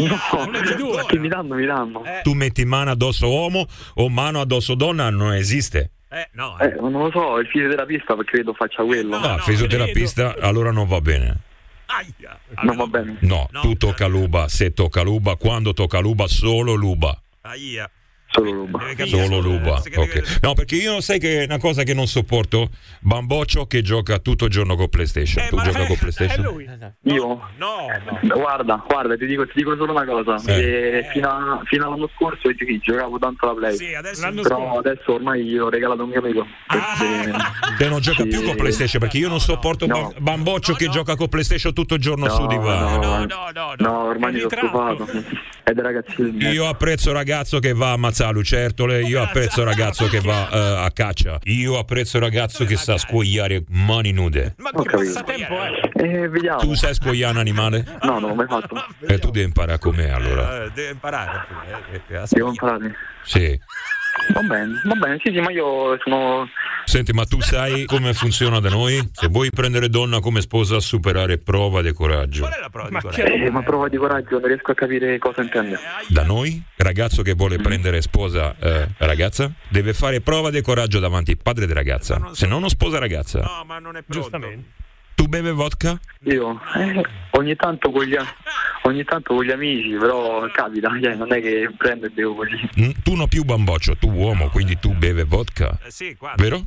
No, chi mi danno, mi danno. Eh. Tu metti mano addosso uomo o mano addosso donna, non esiste. Eh, no, eh. Eh, non lo so, il fisioterapista perché credo faccia quello. No, no, no fisioterapista credo. Allora non va bene. Aia. Non va bene. No, no, tu tocca Luba, se tocca Luba, quando tocca Luba, solo Luba. Aia. Solo Luba. Solo Luba. Okay. No, perché io sai che è una cosa che non sopporto, Bamboccio che gioca tutto il giorno con PlayStation. Eh, tu gioca con PlayStation? Lui. Io? No, no. Guarda, guarda, ti dico, ti dico solo una cosa. Eh. Fino, a, fino all'anno scorso io giocavo tanto la Play. Sì, adesso però scorso. Adesso ormai io ho regalato a un mio amico. Ah. Te non gioca sì. più con PlayStation perché io non sopporto no. Bamboccio no, no. che gioca con PlayStation tutto il giorno no, su divano. No, no, no, no, no ormai mi sono stufato. È da ragazzini. Io apprezzo ragazzo che va a ammazzare lucertole, io apprezzo ragazzo che va uh, a caccia, io apprezzo ragazzo che sa scuoiare mani nude. Ma che passatempo è? Eh, vediamo. Tu sai scuoiare un animale? No, non l'ho mai fatto. E eh, tu devi imparare con me allora. Eh, devi imparare. Eh, Devo imparare. Sì. Va bene, va bene, sì, sì, ma io sono... Senti, ma tu sai come funziona da noi? Se vuoi prendere donna come sposa, superare prova di coraggio. Qual è la prova ma di coraggio? Eh, ma prova di coraggio, non riesco a capire cosa intende. Da noi, ragazzo che vuole mm. prendere sposa eh, ragazza, deve fare prova di coraggio davanti al padre di ragazza. So. Se no non sposa ragazza. No, ma non è pronto. Giustamente. Tu bevi vodka? Io? Eh, ogni tanto con gli ogni tanto con gli amici, però capita, cioè, non è che prendo e bevo così. Mm, tu non più Bamboccio, tu uomo, quindi tu bevi vodka. Eh, sì, vero?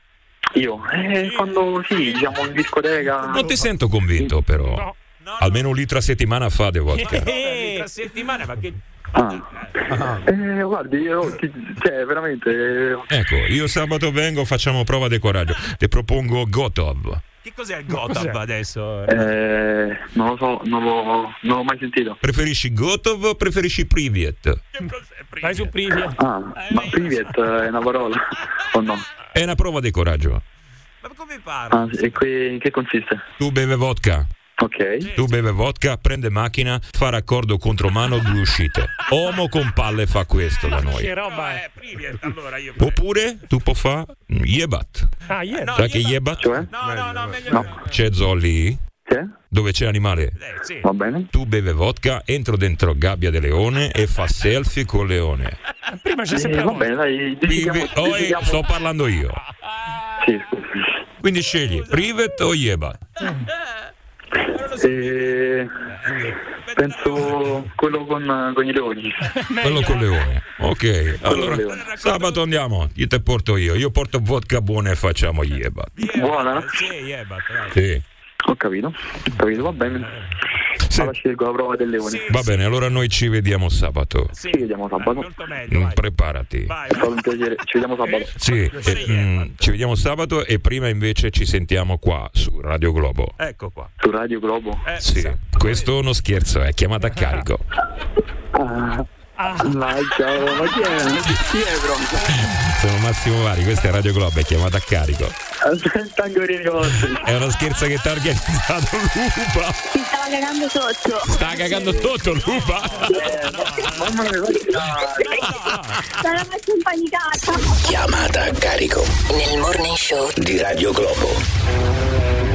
Io? Eh, sì. Quando sì, diciamo in discoteca. Non ti sento convinto però. No. No, Almeno un litro a settimana fa di vodka. Eh, un litro a settimana, ma che Ah. Ah. Eh, guardi, io ti, cioè veramente. Ecco, io sabato vengo, facciamo prova di coraggio. Ti propongo Gotov. Che cos'è il Gotov adesso? Eh, non lo so, non l'ho, non l'ho mai sentito. Preferisci Gotov o preferisci Privyet? Vai su Privyet. Ah, ma Privyet è una parola o no? È una prova di coraggio. Ma come parla? Ah, e qui in che consiste? Tu beve vodka. Ok. Tu beve vodka, prende macchina, fa raccordo contromano, due uscite. Uomo con palle fa questo da noi. Che roba è? Oppure tu puoi fare Yebat. Ah, Yebat. Sai che Yebat? Cioè? No, no, no, meglio no. C'è Zolli? C'è? Dove c'è animale? Eh, sì. Va bene. Tu beve vodka, entro dentro gabbia del leone e fa selfie col leone. Prima c'è sempre eh, va bene, dai. Decidiamo, oh, decidiamo. sto parlando io. Sì. Quindi scegli Privyet o Yebat? Eh, penso quello con, con i leoni. Quello con leone. Ok, allora sabato andiamo, io te porto io. Io porto vodka buona e facciamo Yebat. Buona? Sì, Yebat. Sì. Ho capito, ho capito, va bene. Sì. Allora scelgo la prova del leone. Va bene, allora noi ci vediamo sabato. Ci vediamo sabato. Mm, preparati. È stato un piacere, ci vediamo sabato. Sì, e, mm, ci vediamo sabato e prima invece ci sentiamo qua su Radio Globo. Ecco qua. Su Radio Globo? Eh, sì, questo è uno scherzo, è chiamata a carico. Ah. Ah. Ma ciao, ma chi è? Chi è proprio? Sono Massimo Vari, questa è Radio Globo, è chiamata a carico. Aspetta ancora i vostri. È uno scherzo che ti ha organizzato Lupa. Si stava cagando sotto. Sta cagando sotto Lupa. Mamma mia, sarà messo impanicata. Chiamata a carico nel morning show di Radio Globo.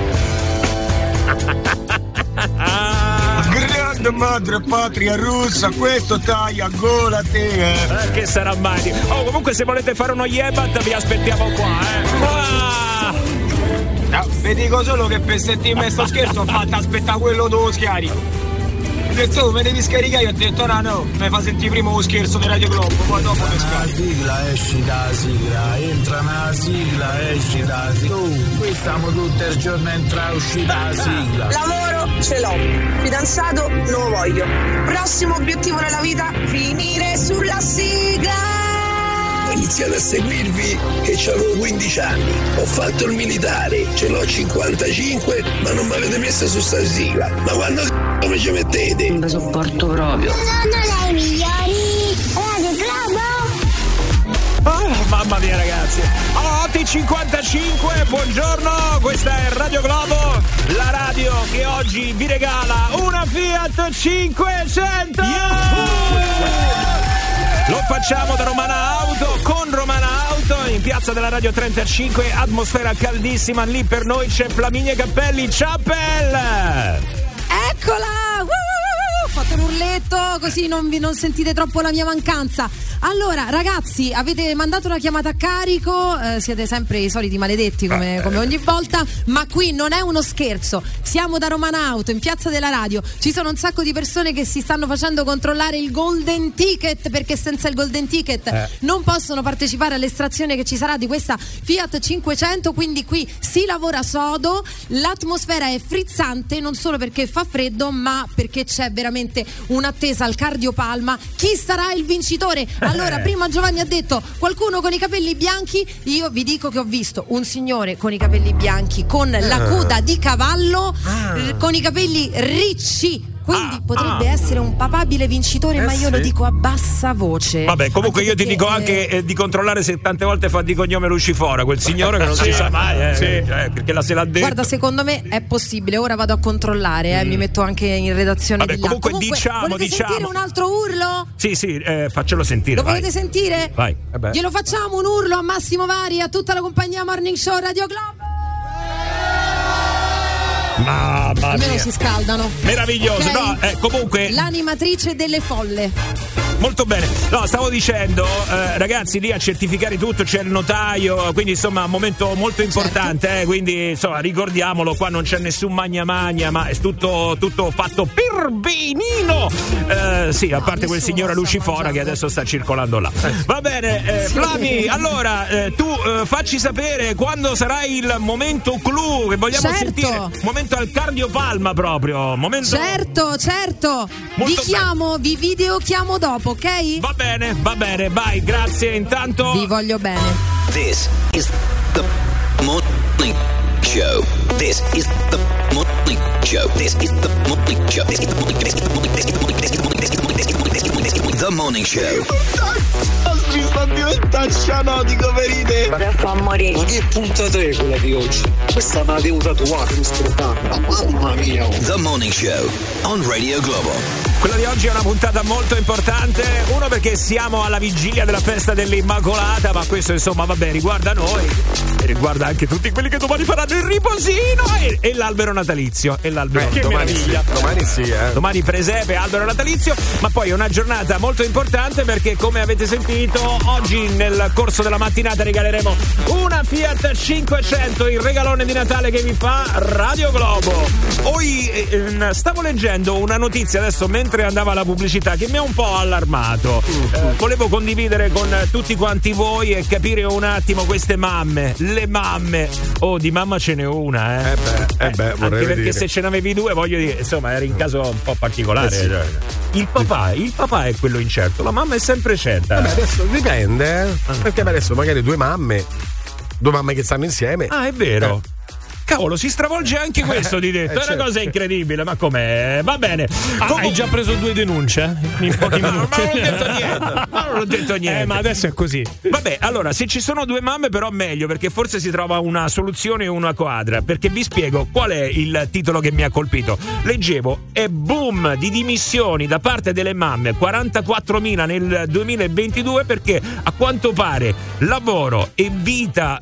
Grande madre patria russa, questo taglia gola a te. Eh, che sarà mai? Oh, comunque se volete fare uno Yebat vi aspettiamo qua, eh. Ah! No, vi dico solo che per sentirmi sto scherzo ho fatto aspettare quello dello scarico. Pensavo me devi scaricare, io ho detto no no, mi fa sentire prima lo scherzo di Radio Globo, poi dopo mi scarico. La sigla esci da sigla, entra nella sigla, esci da sigla. Oh, qui stiamo tutto il giorno entra e uscire da sigla. Lavoro ce l'ho, fidanzato non lo voglio. Prossimo obiettivo nella vita, finire sulla sigla. Ho iniziato a seguirvi che avevo quindici anni, ho fatto il militare, ce l'ho cinquantacinque, ma non mi avete messo su sta sigla. Ma quando c***o mi ci mettete? Non vi sopporto proprio. Sono le migliori Radio Globo. Oh, mamma mia ragazzi, otto e cinquantacinque, buongiorno, questa è Radio Globo, la radio che oggi vi regala una Fiat cinquecento. Yeah! Lo facciamo da Romana Auto, con Romana Auto, in piazza della Radio trentacinque, atmosfera caldissima, lì per noi c'è Flaminia Cappelli, Chapel! Eccola! Uh! Ho fatto un urletto così non, vi, non sentite troppo la mia mancanza. Allora ragazzi, avete mandato una chiamata a carico, eh, siete sempre i soliti maledetti come, come ogni volta, ma qui non è uno scherzo, siamo da Romana Auto in piazza della Radio, ci sono un sacco di persone che si stanno facendo controllare il golden ticket, perché senza il golden ticket eh. non possono partecipare all'estrazione che ci sarà di questa Fiat cinquecento, quindi qui si lavora sodo, l'atmosfera è frizzante non solo perché fa freddo ma perché c'è veramente un'attesa al cardiopalma. Chi sarà il vincitore? Allora, prima Giovanni ha detto qualcuno con i capelli bianchi, io vi dico che ho visto un signore con i capelli bianchi, con la coda di cavallo, ah. con i capelli ricci. Quindi ah, potrebbe ah. essere un papabile vincitore, eh ma io sì. lo dico a bassa voce. Vabbè, comunque anche io ti dico anche eh, di controllare se tante volte fa di cognome Lucifora, quel signore che non sì, si sa mai, eh, sì. eh, perché la se l'ha detto. Guarda, secondo me è possibile, ora vado a controllare, eh, mm. mi metto anche in redazione. Vabbè, di comunque, là. comunque diciamo, volete diciamo. sentire un altro urlo? Sì, sì, eh, faccelo sentire. Lo vai. volete sentire? Vai. Eh Glielo facciamo un urlo a Massimo Vari, a tutta la compagnia Morning Show Radio Globo. Mamma Almeno mia. si scaldano. Meraviglioso, okay? no, eh, comunque l'animatrice delle folle. Molto bene, no, stavo dicendo eh, ragazzi, lì a certificare tutto c'è il notaio, quindi insomma un momento molto importante, certo. eh, quindi insomma ricordiamolo, qua non c'è nessun magna magna, ma è tutto, tutto fatto per benino, eh, sì, a parte no, quel signore Lucifora che adesso sta circolando là. Va bene, eh, sì. Flami, allora eh, tu eh, facci sapere quando sarà il momento clou che vogliamo certo. sentire, momento al cardiopalma proprio, momento... Certo, certo, molto vi chiamo, be- vi video chiamo dopo. dopo, ok? Va bene, va bene, vai, grazie. Intanto vi voglio bene. This is the morning show. This is the morning show. This is the morning show. This is the morning show. This is the morning show. This is the morning show. This is the morning show. This is the morning show. The morning show. Mi sta diventando cianotico, verite. Ma fa morire. Ma che puntata è quella di oggi? Questa me la devo tatuare, questo programma. Mamma mia. The morning show on Radio Globo. Quella di oggi è una puntata molto importante. Uno, perché siamo alla vigilia della festa dell'Immacolata, ma questo insomma vabbè riguarda noi e riguarda anche tutti quelli che domani faranno il riposino e, e l'albero natalizio. E l'albero eh, che domani meraviglia. Sì, domani sì, eh. Domani presepe, albero natalizio, ma poi è una giornata molto importante perché, come avete sentito, oggi nel corso della mattinata regaleremo una Fiat cinquecento, il regalone di Natale che vi fa Radio Globo. Poi eh, stavo leggendo una notizia adesso mentre andava la pubblicità che mi ha un po' allarmato. Eh, volevo condividere con tutti quanti voi e capire un attimo queste mamme, le mamme. Oh, di mamma ce n'è una, eh. Eh beh, eh beh anche perché vedere. Se ce n'avevi due, voglio dire, insomma, era in caso un po' particolare. Eh sì. Il papà, il papà è quello incerto, la mamma è sempre certa. Vabbè, adesso dipende, eh? Perché adesso magari due mamme, due mamme che stanno insieme. Ah, è vero. Eh. Cavolo, si stravolge anche questo di detto. È una cosa incredibile, ma com'è? Va bene. Ah, Com- hai già preso due denunce? In pochi minuti. Ma non ho detto niente. Ma non ho detto niente. Eh, ma adesso è così. Vabbè, allora, se ci sono due mamme, però meglio, perché forse si trova una soluzione e una quadra. Perché vi spiego qual è il titolo che mi ha colpito. Leggevo, è boom di dimissioni da parte delle mamme, quarantaquattromila nel duemilaventidue, perché a quanto pare lavoro e vita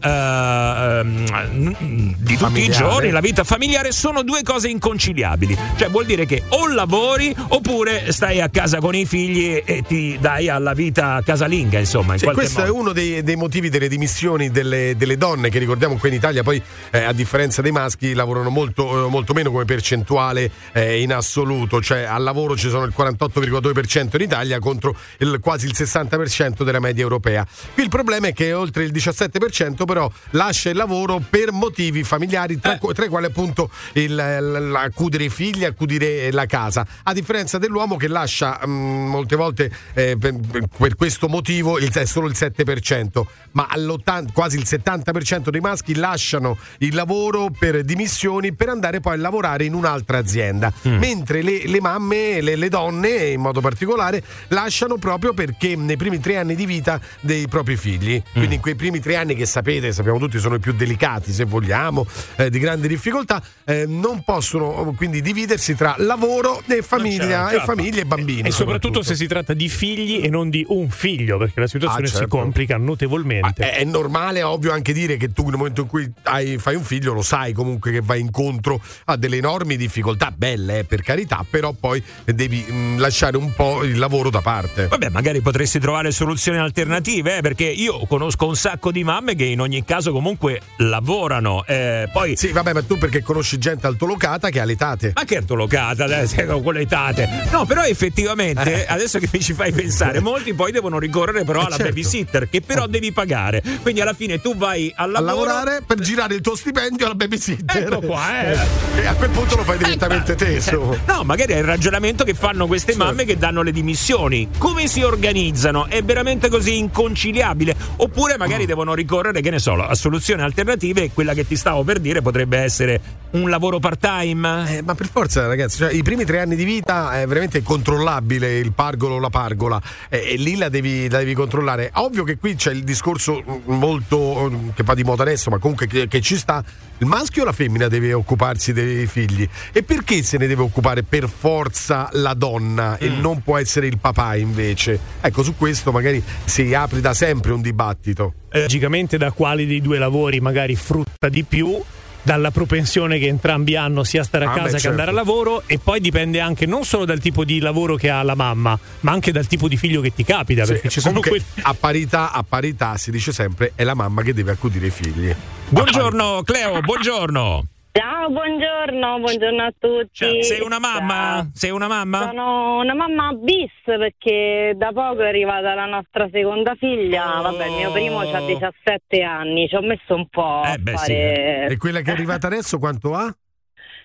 uh, di tutti i giorni, la vita familiare sono due cose inconciliabili. Cioè vuol dire che o lavori oppure stai a casa con i figli e ti dai alla vita casalinga, insomma. In sì, questo modo. È uno dei, dei motivi delle dimissioni delle, delle donne, che ricordiamo qui in Italia poi eh, a differenza dei maschi lavorano molto, eh, molto meno come percentuale eh, in assoluto. Cioè al lavoro ci sono il quarantotto virgola due per cento in Italia contro il, quasi il sessanta per cento della media europea. Qui il problema è che oltre il diciassette per cento però lascia il lavoro per motivi familiari, Tra, eh. tra i quali appunto il, l, accudere i figli, accudere la casa, a differenza dell'uomo che lascia mh, molte volte eh, per, per questo motivo il, è solo il sette per cento, ma quasi il settanta per cento dei maschi lasciano il lavoro per dimissioni per andare poi a lavorare in un'altra azienda, mm. mentre le, le mamme, le, le donne in modo particolare, lasciano proprio perché nei primi tre anni di vita dei propri figli, mm. quindi in quei primi tre anni che sapete, sappiamo tutti, sono i più delicati se vogliamo, eh, di grandi difficoltà, eh, non possono quindi dividersi tra lavoro e famiglia e famiglia e bambini. E soprattutto se si tratta di figli e non di un figlio, perché la situazione ah, certo. si complica notevolmente. È, è normale, ovvio, anche dire che tu nel momento in cui hai, fai un figlio lo sai comunque che vai incontro a delle enormi difficoltà, belle eh, per carità, però poi devi mh, lasciare un po' il lavoro da parte. Vabbè, magari potresti trovare soluzioni alternative, eh, perché io conosco un sacco di mamme che in ogni caso comunque lavorano, eh, poi sì, vabbè, ma tu perché conosci gente altolocata che ha le tate. Ma che altolocata, con le tate? No, però effettivamente, eh. adesso che mi ci fai pensare, molti poi devono ricorrere però alla certo. babysitter, che però devi pagare. Quindi alla fine tu vai al lavoro, a lavorare per girare il tuo stipendio alla babysitter. Ecco qua, eh. E a quel punto lo fai direttamente ecco. teso. No, magari è il ragionamento che fanno queste mamme certo. che danno le dimissioni. Come si organizzano? È veramente così inconciliabile? Oppure magari mm. devono ricorrere, che ne so, a soluzioni alternative, e quella che ti stavo per dire potrebbe essere un lavoro part-time? Eh, ma per forza, ragazzi, cioè, i primi tre anni di vita è veramente controllabile il pargolo o la pargola, eh, e lì la devi, la devi controllare. Ovvio che qui c'è il discorso molto che va di moda adesso, ma comunque che, che ci sta. Il maschio o la femmina deve occuparsi dei figli? E perché se ne deve occupare per forza la donna mm. e non può essere il papà invece? Ecco, su questo magari si apre da sempre un dibattito. Logicamente da quali dei due lavori magari frutta di più, dalla propensione che entrambi hanno sia stare a ah, casa beh, che certo. andare a lavoro, e poi dipende anche non solo dal tipo di lavoro che ha la mamma, ma anche dal tipo di figlio che ti capita, sì, perché ci sono quelli... a parità, a parità si dice sempre è la mamma che deve accudire i figli. Buongiorno Cleo, buongiorno. Ciao, buongiorno, buongiorno a tutti. Ciao, sei una mamma? Ciao. Sei una mamma? Sono una mamma bis, perché da poco è arrivata la nostra seconda figlia. Oh. Vabbè, il mio primo ha diciassette anni, ci ho messo un po' eh beh, a fare... sì. E quella che è arrivata adesso quanto ha?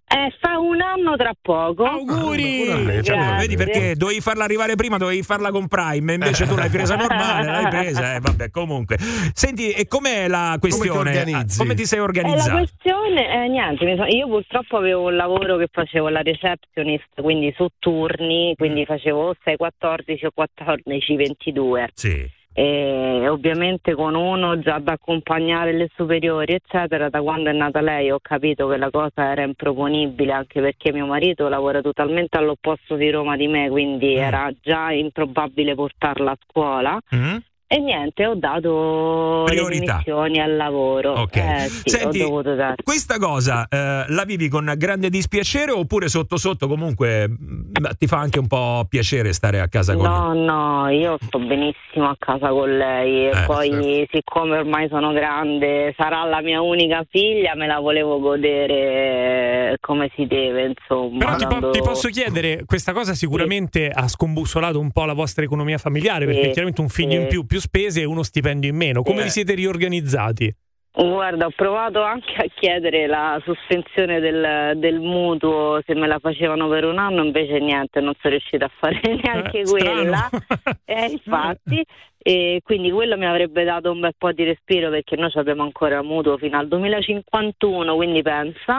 Eh, fa un anno tra poco. Auguri! Cioè, vedi perché dovevi farla arrivare prima, dovevi farla con Prime, invece tu l'hai presa normale, l'hai presa, eh, vabbè, comunque. Senti, e com'è la questione? Come, ah, come ti sei organizzato? Eh, la questione è eh, niente, io purtroppo avevo un lavoro che facevo la receptionist, quindi su turni, quindi facevo o sei quattordici o quattordici ventidue. Sì. E ovviamente con uno già da accompagnare le superiori eccetera, da quando è nata lei ho capito che la cosa era improponibile, anche perché mio marito lavora totalmente all'opposto di Roma di me, quindi mm. era già improbabile portarla a scuola. Mm. E niente, ho dato priorità. Le dimissioni al lavoro. Ok. Eh, sì, Senti, ho dovuto dare. Questa cosa eh, la vivi con grande dispiacere oppure sotto sotto comunque mh, ti fa anche un po' piacere stare a casa con no, lei? No, no, io sto benissimo a casa con lei e eh, poi certo. siccome ormai sono grande, sarà la mia unica figlia, me la volevo godere come si deve, insomma. Però ti, dando... po- ti posso chiedere, questa cosa sicuramente sì. ha scombussolato un po' la vostra economia familiare, perché sì, chiaramente un figlio sì. in più più spese e uno stipendio in meno. Come eh. vi siete riorganizzati? Guarda, ho provato anche a chiedere la sospensione del, del mutuo se me la facevano per un anno, invece niente, non sono riuscita a fare neanche eh, quella. eh, infatti, e quindi quello mi avrebbe dato un bel po' di respiro, perché noi abbiamo ancora mutuo fino al duemilacinquantuno, quindi pensa.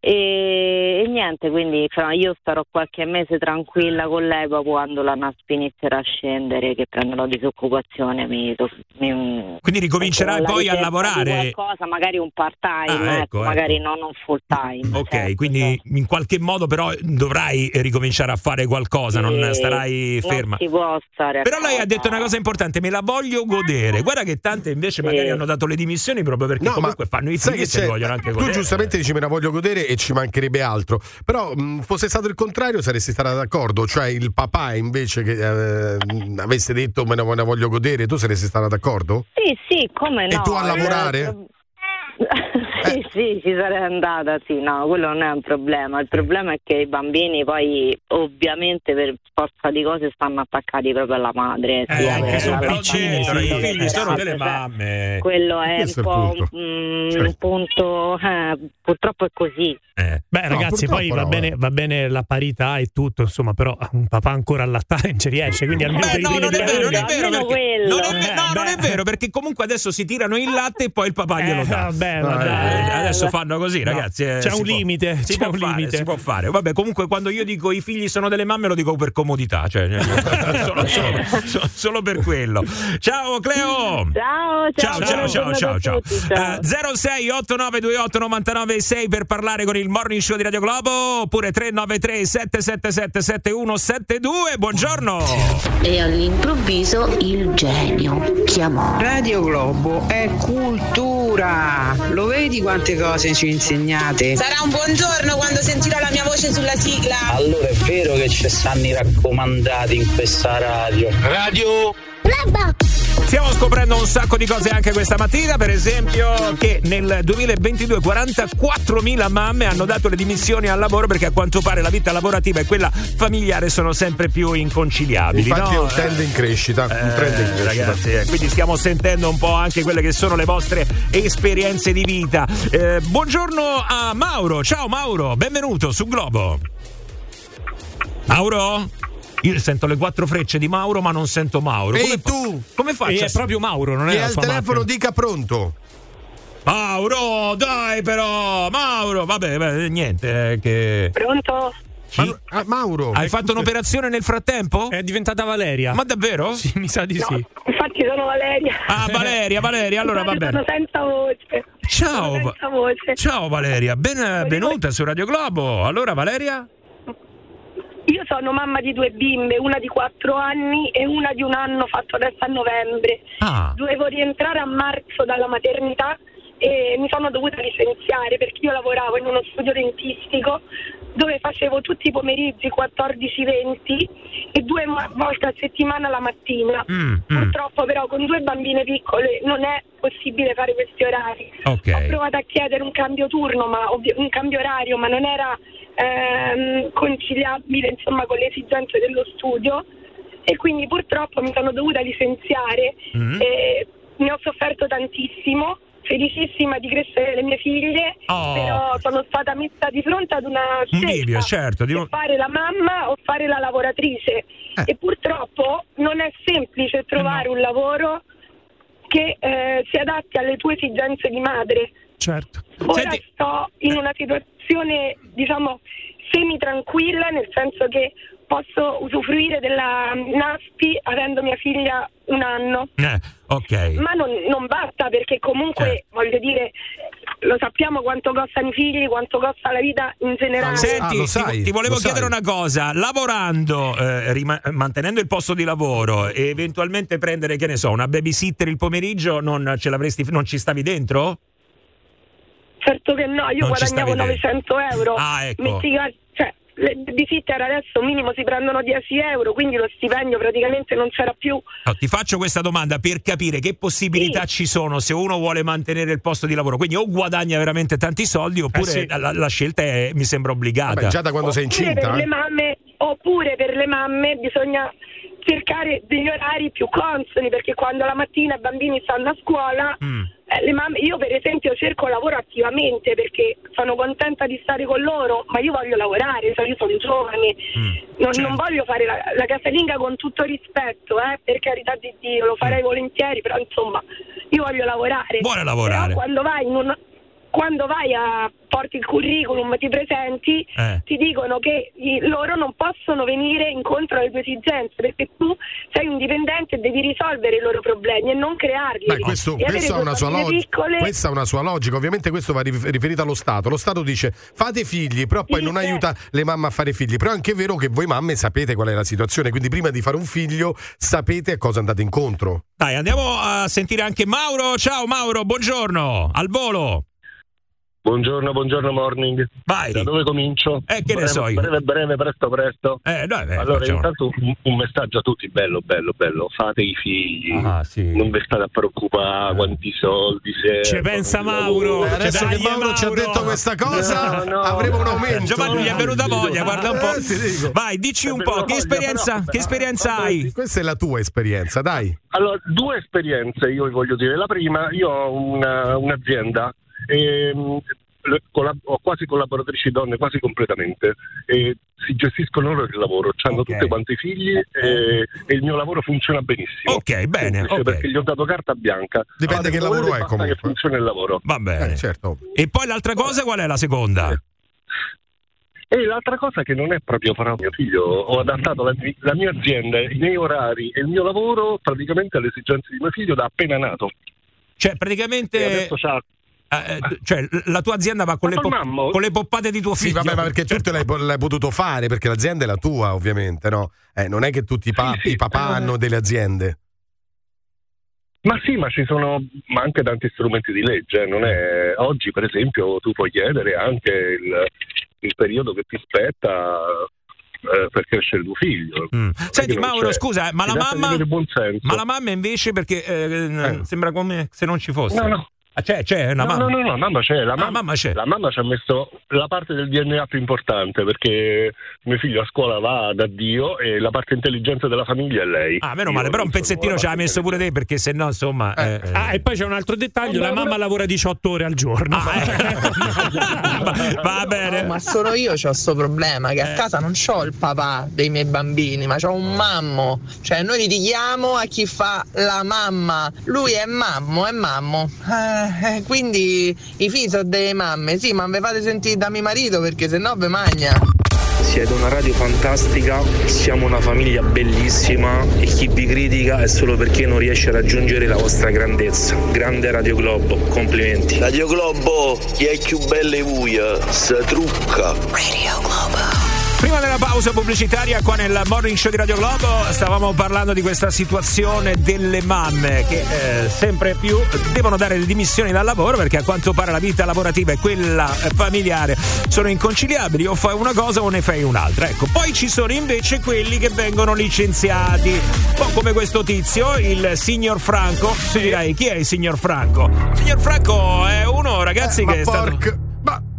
E, e niente, quindi cioè, io starò qualche mese tranquilla con lei, poi quando la N A S P inizierà a scendere, che prenderò disoccupazione, mi, mi quindi ricomincerai poi a lavorare qualcosa, magari un part time, ah, ecco, ecco, ecco. magari non un full time. Ok, certo, quindi certo. in qualche modo però dovrai ricominciare a fare qualcosa, sì, non starai ferma. Non si può stare a però casa. Lei ha detto una cosa importante, me la voglio godere. Guarda che tante invece sì. magari hanno dato le dimissioni proprio perché no, comunque fanno i figli e se li vogliono anche godere. Tu giustamente dici me la voglio godere e ci mancherebbe altro, però mh, fosse stato il contrario saresti stata d'accordo, cioè il papà invece che eh, avesse detto me la, me la voglio godere, tu saresti stata d'accordo? Sì, sì, come no. E tu a lavorare? sì, sì, ci sarei andata, sì, no, quello non è un problema. Il problema è che i bambini poi ovviamente per forza di cose stanno attaccati proprio alla madre. Eh, sì, anche sono la piccini, bambina, i sì, figli sì, sono sì, delle sì. mamme. Quello è Questo un è po' punto. un, Certo. un punto, eh, purtroppo è così. Eh. Beh, No, ragazzi, poi va no, bene, va bene la parità e tutto, insomma, però un papà ancora a lattare non ci riesce, quindi almeno Beh, per no, i primi non è due vero, anni. non è vero, perché quello. non è, ve- Eh, no, non beh. è vero, perché comunque adesso si tirano il latte e poi il papà glielo Eh, dà. vabbè, No, vabbè. eh, adesso fanno così, No, ragazzi. eh, c'è si un può- limite, si c'è può un fare, limite. si può fare. Vabbè, comunque quando io dico i figli sono delle mamme lo dico per comodità, cioè solo, solo, solo, solo per quello. Ciao Cleo. Ciao, Ciao, ciao, ciao, ciao, ciao. ciao. Uh, zero sei otto nove due otto nove nove sei per parlare con il Morning Show di Radio Globo, oppure tre nove tre sette sette sette sette uno sette due. Buongiorno. E all'improvviso il genio chiamò. Radio Globo è cultura. Lo vedi quante cose ci insegnate? Sarà un buongiorno quando sentirò la mia voce sulla sigla. Allora è vero che ci stanno i raccomandati in questa radio. Radio Globo. Stiamo scoprendo un sacco di cose anche questa mattina, per esempio che nel duemilaventidue quarantaquattromila mamme hanno dato le dimissioni al lavoro perché a quanto pare la vita lavorativa e quella familiare sono sempre più inconciliabili. Infatti no? è un trend in crescita, un trend in Eh, crescita. ragazzi, eh, quindi stiamo sentendo un po' anche quelle che sono le vostre esperienze di vita. Eh, buongiorno a Mauro, ciao Mauro, benvenuto su Globo. Mauro? Io sento le quattro frecce di Mauro, ma non sento Mauro. Ehi, Come fa- tu? Come faccio? E è proprio Mauro, non è E la al sua telefono macchina. dica pronto. Mauro, dai però, Mauro, vabbè, beh, niente, eh, che... Pronto? Chi? Ah, Mauro. Hai fatto un'operazione nel frattempo? È diventata Valeria. Ma davvero? Sì, mi sa di No, sì. infatti sono Valeria. Ah, Valeria, Valeria, allora va Infatti bene. sono senza voce. Ciao, Sono senza voce. ciao Valeria, benvenuta su Radio Globo. Allora Valeria? Io sono mamma di due bimbe, una di quattro anni e una di un anno fatto adesso a novembre. Ah. Dovevo rientrare a marzo dalla maternità e mi sono dovuta licenziare perché io lavoravo in uno studio dentistico dove facevo tutti i pomeriggi quattordici venti e due ma- volte a settimana la mattina. Mm, mm. Purtroppo però con due bambine piccole non è possibile fare questi orari. Ok. Ho provato a chiedere un cambio turno, ma ovvi- un cambio orario, ma non era ehm, conciliabile insomma con le esigenze dello studio e quindi purtroppo mi sono dovuta licenziare. Mm. E ne ho sofferto tantissimo felicissima di crescere le mie figlie, Oh. però sono stata messa di fronte ad una Un scelta, bivio, certo, di se un- fare la mamma o fare la lavoratrice, e purtroppo non è semplice trovare un lavoro che eh, si adatti alle tue esigenze di madre. Certo. Ora sto in una situazione, diciamo, semi-tranquilla, nel senso che posso usufruire della Naspi avendo mia figlia un anno. Eh, ok. Ma non, non basta, perché comunque, voglio dire, lo sappiamo quanto costano i figli, quanto costa la vita in generale. Senti, ti, ti volevo chiedere una cosa, lavorando, eh, rima- mantenendo il posto di lavoro e eventualmente prendere, che ne so, una babysitter il pomeriggio, non ce l'avresti, non ci stavi dentro? Certo che no, io Non ci guadagnavo stavi dentro. novecento euro. Ah, ecco. Metti ca- cioè, le babysitter adesso minimo si prendono dieci euro, quindi lo stipendio praticamente non c'era più. No, ti faccio questa domanda per capire che possibilità ci sono se uno vuole mantenere il posto di lavoro, quindi o guadagna veramente tanti soldi oppure Eh sì. la, la scelta è, mi sembra obbligata. Vabbè, già da quando sei Oppure incinta, per le eh. mamme, oppure per le mamme bisogna cercare degli orari più consoni, perché quando la mattina i bambini stanno a scuola, Mm. eh, le mamme, io per esempio cerco lavoro attivamente perché sono contenta di stare con loro, ma io voglio lavorare, cioè io sono giovane, non, certo. non voglio fare la, la casalinga, con tutto rispetto, eh, per carità di Dio, lo farei volentieri, però insomma io voglio lavorare. Vuole lavorare. Però quando vai in un quando vai a porti il curriculum, ti presenti, Eh. ti dicono che i- loro non possono venire incontro alle tue esigenze, perché tu sei un dipendente e devi risolvere i loro problemi e non crearli. Beh, questo, E avere questo ha due una sua famiglie logica. piccole- Questa ha una sua logica. Ovviamente questo va rif- riferito allo Stato. Lo Stato dice fate figli, però poi non aiuta le mamme a fare figli. Però è anche vero che voi mamme sapete qual è la situazione, quindi prima di fare un figlio sapete a cosa andate incontro. Dai, andiamo a sentire anche Mauro. Ciao Mauro, buongiorno, al volo. Buongiorno, buongiorno morning. Vai. Da dove comincio? Eh, che ne breve, so io. Breve, breve, presto, presto. Eh, dai, dai, allora, facciamo. intanto un, un messaggio a tutti, bello, bello, bello. Fate i figli. Ah, sì. Non vi state a preoccupare quanti soldi servono. Ci pensa Mauro. Eh, adesso Dai, che Mauro ci ha Mauro. detto questa cosa, No, no. avremo un aumento. Giovanni gli è venuta voglia, guarda un po'. Eh, ti dico. Vai, dici un È po', venuta che voglia, esperienza, però- che esperienza hai? Questa è la tua esperienza, dai. Allora, due esperienze io vi voglio dire. La prima, io ho una, un'azienda e mh, le- collab- ho quasi collaboratrici donne, quasi completamente, e si gestiscono loro il lavoro, hanno Ok. tutti quanti i figli e, e il mio lavoro funziona benissimo. Ok, bene, Semplice, ok. perché gli ho dato carta bianca. Dipende Fate che come lavoro volete, è, basta comunque. che funziona il lavoro. Va bene. Eh, certo. E poi l'altra cosa qual è la seconda? E l'altra cosa che non è proprio farà mio figlio, ho adattato la, la mia azienda, i miei orari e il mio lavoro praticamente alle esigenze di mio figlio da appena nato. Cioè, E praticamente adesso c'ha eh, t- cioè, la tua azienda va con le, Fatto il pop- mammo. con le poppate di tuo Sì, figlio. vabbè, ma perché tu te l'hai, l'hai potuto fare, perché l'azienda è la tua, ovviamente, no? Eh, non è che tutti i, pa- Sì, sì. i papà Eh. hanno delle aziende. Ma sì, ma ci sono ma anche tanti strumenti di legge. Non è, oggi, per esempio, tu puoi chiedere anche il, il periodo che ti spetta eh, per crescere tuo figlio. Mm. Senti non Mauro, c'è. scusa, eh, ma Si la tratta di mamma avere buon senso. ma la mamma invece perché eh, sembra come se non ci fosse. No, no. Ah, c'è, c'è una No, mamma. no, no, no, mamma c'è, la, Ah, mam- mamma c'è. la mamma ci ha messo la parte del D N A più importante, perché mio figlio a scuola va da Dio e la parte intelligente della famiglia è lei. Ah, meno Io male, però un sono pezzettino la ce l'ha parte messo pure te, perché se no, insomma. eh, eh. Ah, e poi c'è un altro dettaglio: la mamma lavora diciotto ore al giorno. Va bene. Ma solo io ho sto problema che a casa non c'ho il papà dei miei bambini, ma c'ho un mammo. Cioè noi litighiamo a chi fa la mamma. Lui è mammo, è mammo. Eh, quindi i figli sono delle mamme. Sì, ma vi fate sentire da mio marito perché sennò ve magna. Siete una radio fantastica, siamo una famiglia bellissima e chi vi critica è solo perché non riesce a raggiungere la vostra grandezza. Grande Radio Globo, complimenti. Radio Globo, chi è più bella e buia, se trucca. Radio Globo. Prima della pausa pubblicitaria qua nel Morning Show di Radio Globo stavamo parlando di questa situazione delle mamme che eh, sempre più devono dare le dimissioni dal lavoro perché a quanto pare la vita lavorativa e quella eh, familiare sono inconciliabili, o fai una cosa o ne fai un'altra. Ecco, poi ci sono invece quelli che vengono licenziati, un po' come questo tizio, il signor Franco. Tu dirai, chi è il signor Franco? Il signor Franco è uno, ragazzi, Eh, ma che è stato... porca- ma- ma-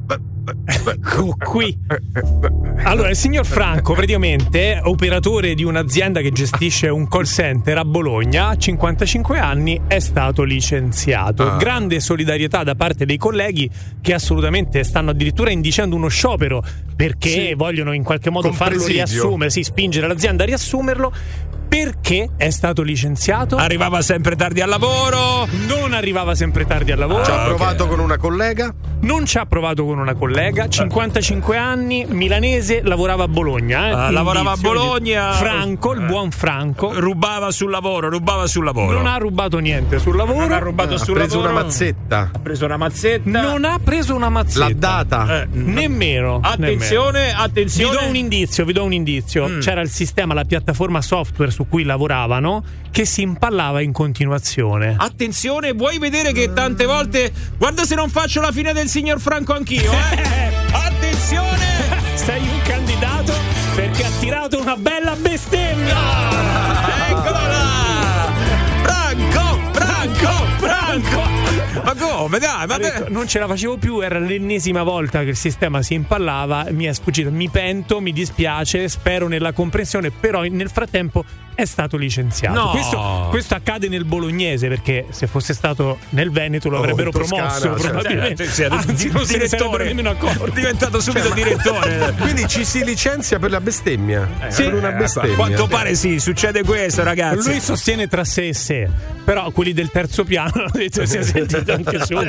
Ecco qui. Allora, il signor Franco, praticamente operatore di un'azienda che gestisce un call center a Bologna, a cinquantacinque anni, è stato licenziato. Ah. Grande solidarietà da parte dei colleghi che assolutamente stanno addirittura indicendo uno sciopero perché Sì. vogliono in qualche modo Con farlo presidio. riassumere, sì, spingere l'azienda a riassumerlo. Perché è stato licenziato? Arrivava sempre tardi al lavoro. Non arrivava sempre tardi al lavoro. Ci ha provato con una collega? Non ci ha provato con una collega. cinquantacinque anni, milanese, lavorava a Bologna. Eh? Ah, lavorava a Indizio di- Bologna. Franco, il buon Franco. Rubava sul lavoro, rubava sul lavoro. Non ha rubato niente sul lavoro. Non ha rubato Ha sul preso lavoro. una mazzetta. Ha preso una mazzetta. Non ha preso una mazzetta. L'ha data. Eh, Nemmeno. Attenzione, nemmeno. attenzione. Vi do un indizio, vi do un indizio. Mm. C'era il sistema, la piattaforma software su cui lavoravano, che si impallava in continuazione. Attenzione, vuoi vedere che tante volte. Guarda se non faccio la fine del signor Franco anch'io, eh? Attenzione! Sei un candidato perché ha tirato una bella bestemmia. Eccola là! Franco! Franco! Franco! Ma come? Dai, ma Ha detto, non ce la facevo più, era l'ennesima volta che il sistema si impallava, mi è sfuggito, mi pento, mi dispiace, spero nella comprensione, però nel frattempo è stato licenziato. No. Questo, questo accade nel bolognese, perché se fosse stato nel Veneto lo Oh, avrebbero in Toscana, promosso cioè, probabilmente. sì, sì, Anzi, non se ne sarebbero direttore. nemmeno accorti. È diventato subito direttore. Quindi ci si licenzia per la bestemmia. Sì. Per una Eh, bestemmia. a quanto pare sì, succede questo, ragazzi. Lui sostiene tra sé e sé, però quelli del terzo piano hanno detto si è sentito anche su.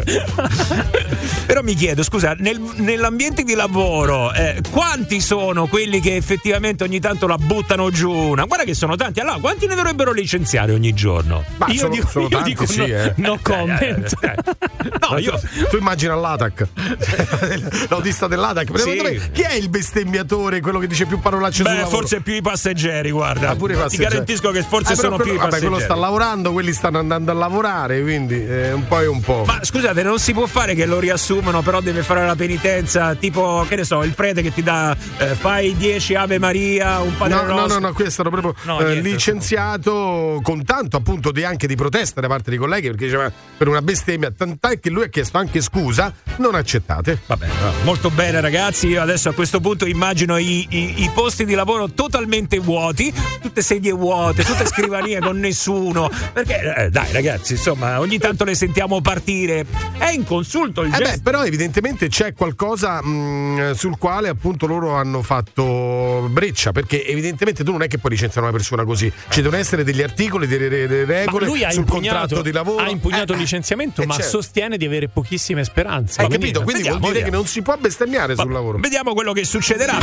Però mi chiedo, scusa, nel- nell'ambiente di lavoro, eh, quanti sono quelli che effettivamente ogni tanto la buttano giù? Una? Guarda che sono tanti. Allora, quanti ne dovrebbero licenziare ogni giorno? Ma Io sono, dico- sono io tanti, dico sì, no- eh. no comment. No, io. Tu immagina l'A T A C, l'autista dell'A T A C. Sì. Sì. Chi è il bestemmiatore, quello che dice più parolacce sul Beh, lavoro? forse più i passeggeri, guarda. Ah, pure i Ti passeggeri. garantisco che forse Ah, però sono quello, più i vabbè, passeggeri. quello sta lavorando, quelli stanno andando a lavorare, quindi eh, un po' e un po'. Ma scusate, non si può fare che lo riassumono, però deve fare la penitenza, tipo, che ne so, il prete che ti dà eh, fai dieci Ave Maria, un Padre No, no, Nostro. no, no, questo è stato proprio No, eh, niente, licenziato con tanto appunto di, anche di protesta da parte dei colleghi, perché diceva per una bestemmia, tant'è che lui ha chiesto anche scusa, non accettate. Vabbè, molto bene ragazzi, io adesso a questo punto immagino i, i, i posti di lavoro totalmente vuoti, tutte sedie vuote, tutte scrivanie con nessuno, perché eh, dai ragazzi, insomma, ogni tanto le sentiamo partire, è inconsulto il Eh gesto. beh, però evidentemente c'è qualcosa mh, sul quale appunto loro hanno fatto breccia, perché evidentemente tu non è che puoi licenziare una persona così, ci devono essere degli articoli, delle, delle regole Ma lui ha sul impugnato, contratto di lavoro. ha impugnato Eh, il licenziamento, eh, ma certo. sostiene di avere pochissime speranze. Hai Va capito? bene. Quindi Vediamo, vuol dire vediamo. che non si può bestemmiare sul lavoro. Vediamo quello che succederà.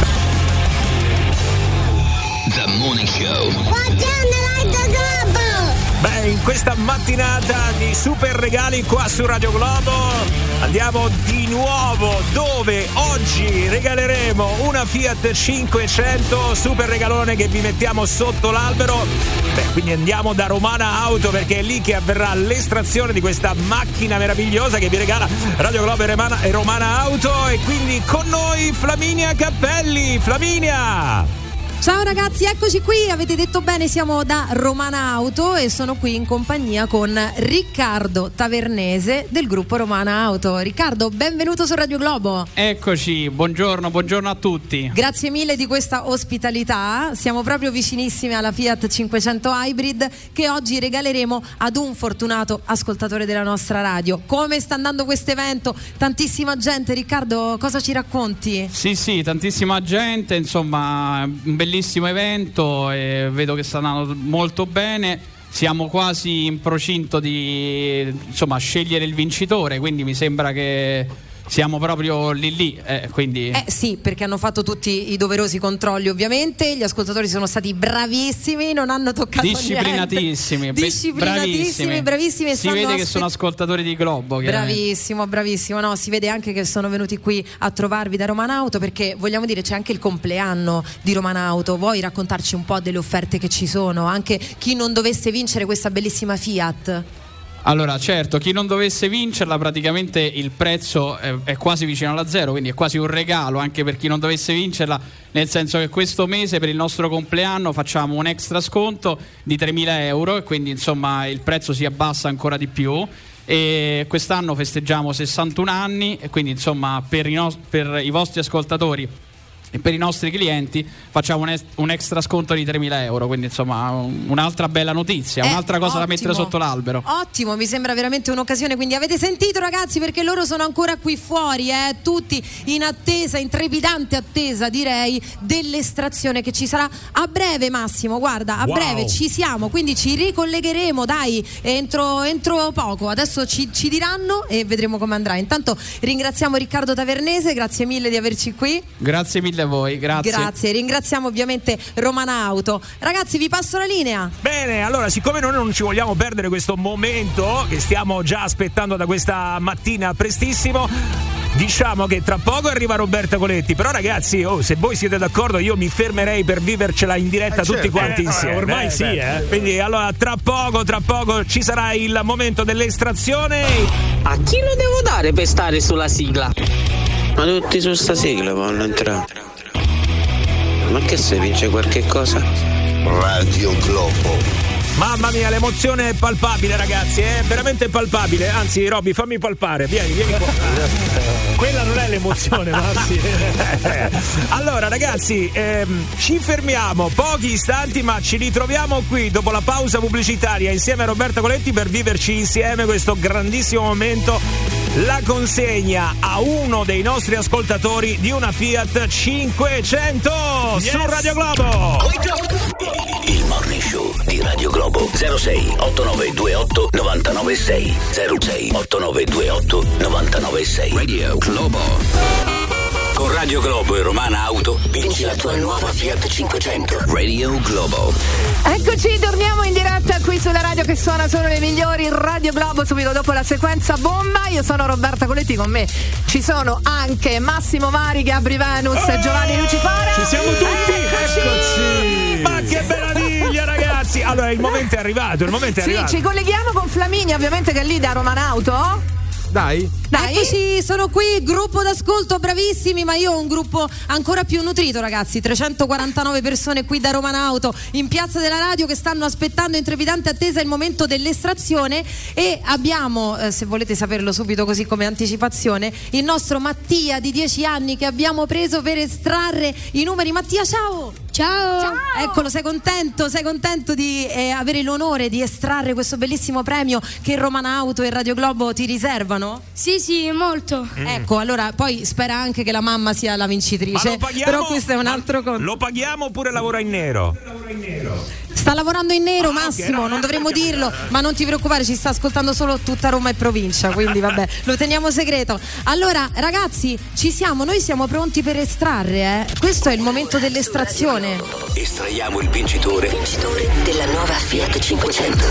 The Morning Show. Beh, in questa mattinata di super regali qua su Radio Globo andiamo di nuovo dove oggi regaleremo una Fiat cinquecento, super regalone che vi mettiamo sotto l'albero. Beh, quindi andiamo da Romana Auto, perché è lì che avverrà l'estrazione di questa macchina meravigliosa che vi regala Radio Globo e Romana, e Romana Auto. E quindi con noi Flaminia Cappelli. Flaminia! Ciao ragazzi, eccoci qui, avete detto bene, siamo da Romana Auto e sono qui in compagnia con Riccardo Tavernese del gruppo Romana Auto. Riccardo, benvenuto su Radio Globo. Eccoci, buongiorno, buongiorno a tutti. Grazie mille di questa ospitalità, siamo proprio vicinissimi alla Fiat cinquecento Hybrid che oggi regaleremo ad un fortunato ascoltatore della nostra radio. Come sta andando questo evento? Tantissima gente, Riccardo, cosa ci racconti? Sì, sì, tantissima gente, insomma, un bellissimo evento e vedo che sta andando molto bene. Siamo quasi in procinto di, insomma, scegliere il vincitore, quindi mi sembra che siamo proprio lì lì, eh, quindi... Eh sì, perché hanno fatto tutti i doverosi controlli ovviamente, gli ascoltatori sono stati bravissimi, non hanno toccato disciplinatissimi, niente. Disciplinatissimi, bravissimi. Si vede che sono ascoltatori di Globo. Bravissimo, bravissimo. No, si vede anche che sono venuti qui a trovarvi da Romana Auto, perché vogliamo dire c'è anche il compleanno di Romana Auto. Vuoi raccontarci un po' delle offerte che ci sono? Anche chi non dovesse vincere questa bellissima Fiat? Allora, certo, chi non dovesse vincerla, praticamente il prezzo è, è quasi vicino alla zero, quindi è quasi un regalo anche per chi non dovesse vincerla, nel senso che questo mese per il nostro compleanno facciamo un extra sconto di tremila euro e quindi insomma il prezzo si abbassa ancora di più. e quest'anno festeggiamo sessantuno anni e quindi insomma per i, no- per i vostri ascoltatori e per i nostri clienti facciamo un, est- un extra sconto di tremila euro, quindi insomma un- un'altra bella notizia, Eh, un'altra cosa da ottimo. mettere sotto l'albero. Ottimo, mi sembra veramente un'occasione, quindi avete sentito ragazzi, perché loro sono ancora qui fuori, eh, tutti in attesa, in trepidante attesa direi, dell'estrazione che ci sarà a breve Massimo, guarda, a Wow. breve ci siamo, quindi ci ricollegheremo dai, entro, entro poco, adesso ci, ci diranno e vedremo come andrà. Intanto ringraziamo Riccardo Tavernese, grazie mille di averci qui. Grazie mille a voi, grazie. Grazie, ringraziamo ovviamente Romana Auto. Ragazzi, vi passo la linea. Bene, allora siccome noi non ci vogliamo perdere questo momento che stiamo già aspettando da questa mattina prestissimo, diciamo che tra poco arriva Roberta Coletti, però ragazzi, oh, se voi siete d'accordo io mi fermerei per vivercela in diretta Eh, tutti certo. quanti Eh, insieme. ormai eh, sì, beh. eh. Quindi allora tra poco, tra poco ci sarà il momento dell'estrazione. A chi lo devo dare per stare sulla sigla? Ma tutti su sta sigla vogliono entrare. Ma che se vince qualche cosa? Radio Globo. Mamma mia, l'emozione è palpabile ragazzi, è veramente palpabile. Anzi, Robby, fammi palpare, vieni, vieni qua. Quella non è l'emozione, Massi. Allora ragazzi, ehm, ci fermiamo pochi istanti, ma ci ritroviamo qui dopo la pausa pubblicitaria insieme a Roberta Coletti per viverci insieme questo grandissimo momento, la consegna a uno dei nostri ascoltatori di una Fiat cinquecento su Radio Globo. Il Morning Show di Radio Globo. Zero sei otto nove due otto nove nove sei zero sei otto nove due otto nove nove sei. Radio Globo. Con Radio Globo e Romana Auto vinci la tua nuova Fiat cinquecento. Radio Globo. Eccoci, torniamo in diretta qui sulla radio che suona solo le migliori, Radio Globo, subito dopo la sequenza bomba. Io sono Roberta Coletti, con me ci sono anche Massimo Vari, Gabri Venus e Giovanni Lucifora. Ci siamo tutti! Eccoci! Ma che meraviglia ragazzi! Allora il momento è arrivato, il momento è Sì, arrivato. ci colleghiamo con Flaminia, ovviamente, che è lì da Romanauto. Dai. Dai. Eccoci, sono qui, gruppo d'ascolto, bravissimi, ma io ho un gruppo ancora più nutrito ragazzi, trecentoquarantanove persone qui da Romanauto in Piazza della Radio che stanno aspettando in trepidante attesa il momento dell'estrazione e abbiamo, eh, se volete saperlo subito così come anticipazione, il nostro Mattia di dieci anni che abbiamo preso per estrarre i numeri. Mattia, ciao! Ciao! Ciao. Eccolo, sei contento? Sei contento di eh, avere l'onore di estrarre questo bellissimo premio che Romanauto e Radio Globo ti riservano? Sì, sì, molto. Mm. Ecco, allora poi spera anche che la mamma sia la vincitrice. Ma lo paghiamo? Però questo è un altro conto. Lo paghiamo oppure lavora in nero? Sta lavorando in nero, Ah, Massimo, ok, no, non dovremmo dirlo, ma non ti preoccupare, ci sta ascoltando solo tutta Roma e provincia, quindi vabbè, lo teniamo segreto. Allora, ragazzi, ci siamo, noi siamo pronti per estrarre, eh. Questo è il momento dell'estrazione. Estraiamo il vincitore. Vincitore della nuova Fiat cinquecento.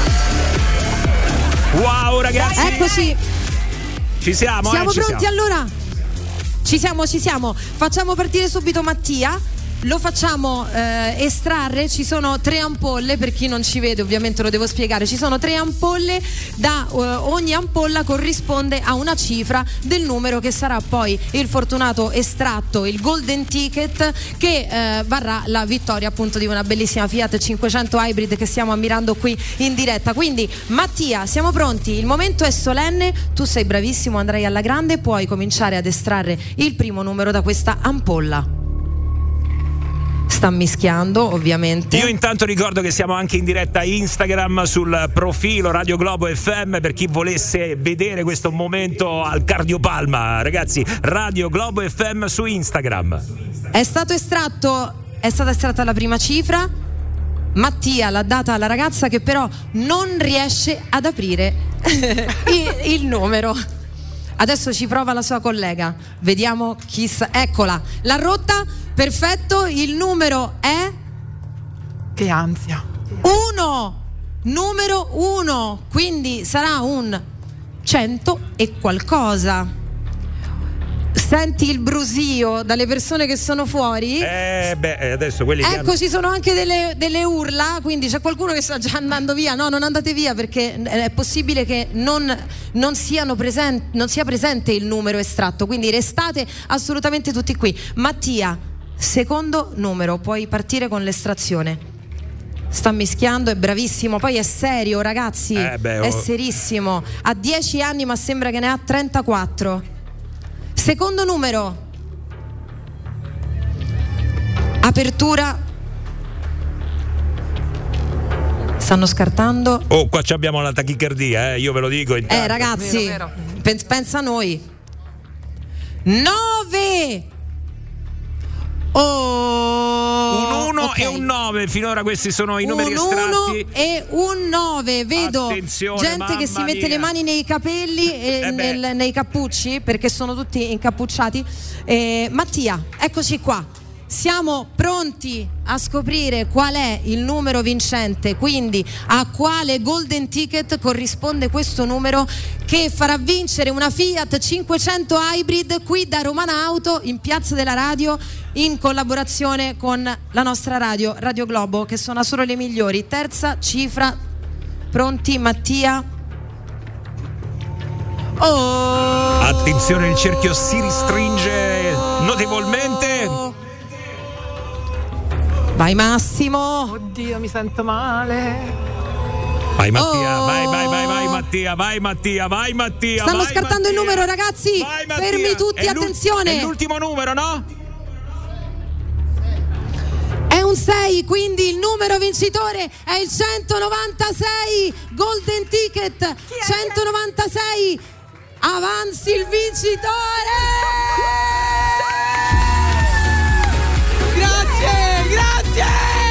Wow ragazzi! Eccoci. Ci siamo, Siamo eh, ci pronti siamo. allora? Ci siamo, ci siamo. Facciamo partire subito Mattia. Lo facciamo eh, estrarre, ci sono tre ampolle, per chi non ci vede ovviamente lo devo spiegare, ci sono tre ampolle, da eh, ogni ampolla corrisponde a una cifra del numero che sarà poi il fortunato estratto, il golden ticket che eh, varrà la vittoria appunto di una bellissima Fiat cinquecento Hybrid che stiamo ammirando qui in diretta. Quindi Mattia, siamo pronti, il momento è solenne, tu sei bravissimo, andrai alla grande, puoi cominciare ad estrarre il primo numero da questa ampolla. Sta mischiando ovviamente. Io intanto ricordo che siamo anche in diretta Instagram sul profilo Radio Globo F M per chi volesse vedere questo momento al cardiopalma. Ragazzi, Radio Globo F M su Instagram. È stato estratto, è stata estratta la prima cifra. Mattia l'ha data alla ragazza che però non riesce ad aprire il, il numero. Adesso ci prova la sua collega. Vediamo chi sa. Eccola, l'ha rotta. Perfetto, il numero è Che ansia. uno. Numero uno. Quindi sarà un cento e qualcosa. Senti il brusio dalle persone che sono fuori? Eh beh, adesso quelli che Ecco, ci sono anche delle, delle urla, quindi c'è qualcuno che sta già andando via. No, non andate via perché è possibile che non, non, siano present, non sia presente il numero estratto, quindi restate assolutamente tutti qui. Mattia, secondo numero, puoi partire con l'estrazione. sta mischiando, è bravissimo, poi è serio, ragazzi, eh beh, oh. è serissimo. Ha dieci anni ma sembra che ne ha trentaquattro. Secondo numero, apertura. Stanno scartando. Oh, qua abbiamo la tachicardia, eh, io ve lo dico intanto. Eh ragazzi, vero, vero. Pens- pensa a noi. nove. Oh, un uno okay. e un nove, finora questi sono i numeri un estratti. uno e un nove, vedo Attenzione, gente che si mette mia. le mani nei capelli e eh nel, nei cappucci, perché sono tutti incappucciati. eh, Mattia, eccoci qua. Siamo pronti a scoprire qual è il numero vincente, quindi a quale golden ticket corrisponde questo numero che farà vincere una Fiat cinquecento Hybrid qui da Romana Auto in Piazza della Radio, in collaborazione con la nostra radio, Radio Globo, che suona solo le migliori. Terza cifra. Pronti, Mattia? Oh! Attenzione, il cerchio si ristringe notevolmente. Vai Massimo. Oddio, mi sento male. Vai Mattia, oh. vai, vai, vai, vai Mattia, vai Mattia, vai Mattia. Stanno vai, scartando Mattia. il numero, ragazzi. Vai, Mattia. Fermi tutti, è attenzione. È l'ultimo numero, no? È un sei, quindi il numero vincitore è il centonovantasei. Golden ticket centonovantasei. Avanzi il vincitore. Grazie, grazie!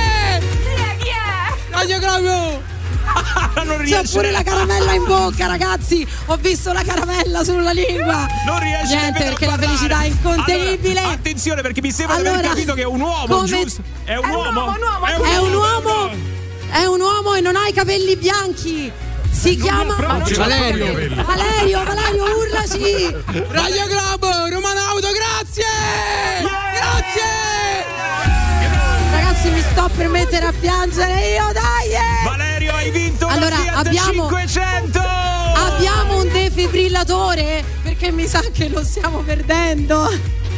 Chi è? Radio Globo! Non C'è pure la caramella in bocca, ragazzi. Ho visto la caramella sulla lingua. Non riesce Niente, perché la parlare. felicità è incontenibile. Allora, attenzione, perché mi sembra allora, di aver capito che è un uomo, come... giusto? È un è uomo? Un uomo, un uomo. È, un è un uomo. uomo. È un uomo e non ha i capelli bianchi. Si non chiama Valerio. Valerio, Valerio, urlaci. Radio Globo, Romana Auto, grazie! Yeah! Grazie! Ragazzi, mi sto per mettere a piangere io, dai! Eh! Valerio, hai vinto allora, la Fiat abbiamo, cinquecento! Abbiamo un defibrillatore, perché mi sa che lo stiamo perdendo.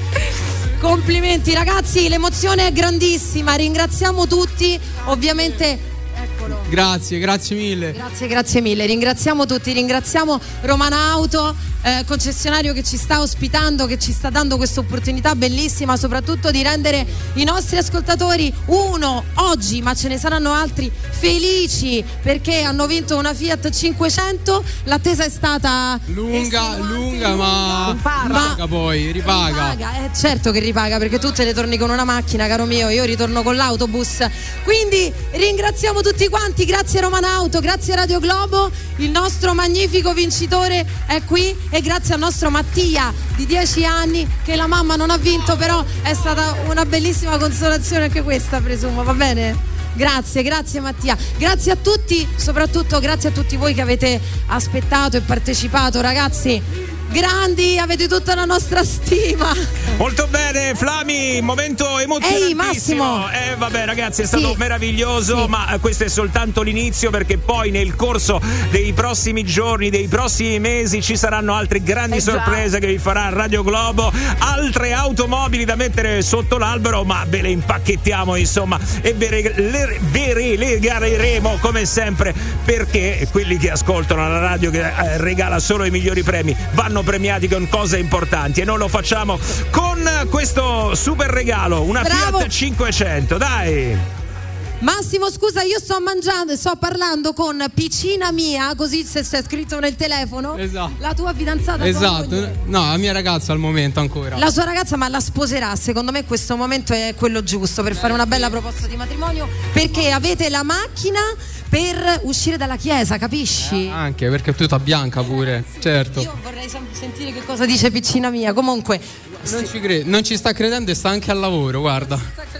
Complimenti ragazzi, l'emozione è grandissima, ringraziamo tutti, ovviamente. Eccolo. Grazie, grazie mille. Grazie, grazie mille. Ringraziamo tutti, ringraziamo Romana Auto, eh, concessionario che ci sta ospitando, che ci sta dando questa opportunità bellissima, soprattutto di rendere i nostri ascoltatori, uno oggi, ma ce ne saranno altri, felici perché hanno vinto una Fiat cinquecento. L'attesa è stata lunga, lunga, ma ripaga poi, ripaga. ripaga. Eh, certo che ripaga, perché tu te ne torni con una macchina, caro mio, io ritorno con l'autobus. Quindi ringraziamo tutti quanti, grazie Romana Auto, grazie Radio Globo, il nostro magnifico vincitore è qui, e grazie al nostro Mattia di dieci anni, che la mamma non ha vinto, però è stata una bellissima consolazione anche questa, presumo, va bene? Grazie, grazie Mattia, grazie a tutti, soprattutto grazie a tutti voi che avete aspettato e partecipato, ragazzi. Grandi, avete tutta la nostra stima. Molto bene, Flami, momento emozionantissimo. Ehi, Massimo. Eh vabbè ragazzi, è stato sì. meraviglioso, sì. ma questo è soltanto l'inizio, perché poi nel corso dei prossimi giorni, dei prossimi mesi ci saranno altre grandi eh sorprese che vi farà Radio Globo, altre automobili da mettere sotto l'albero, ma ve le impacchettiamo insomma e ve le, ve le regaleremo come sempre, perché quelli che ascoltano la radio che eh, regala solo i migliori premi vanno premiati con cose importanti, e noi lo facciamo con questo super regalo, una Bravo. Fiat cinquecento, dai. Massimo, scusa, io sto mangiando e sto parlando con Piccina mia, così se c'è scritto nel telefono. Esatto. La tua fidanzata. Esatto, no, la mia ragazza al momento ancora. La sua ragazza, ma la sposerà. Secondo me questo momento è quello giusto per fare una bella proposta di matrimonio, perché avete la macchina per uscire dalla chiesa, capisci? Eh, anche perché è tutta bianca pure, certo. Io vorrei sempre sentire che cosa dice Piccina mia. Comunque non ci crede, non ci sta credendo e sta anche al lavoro, guarda.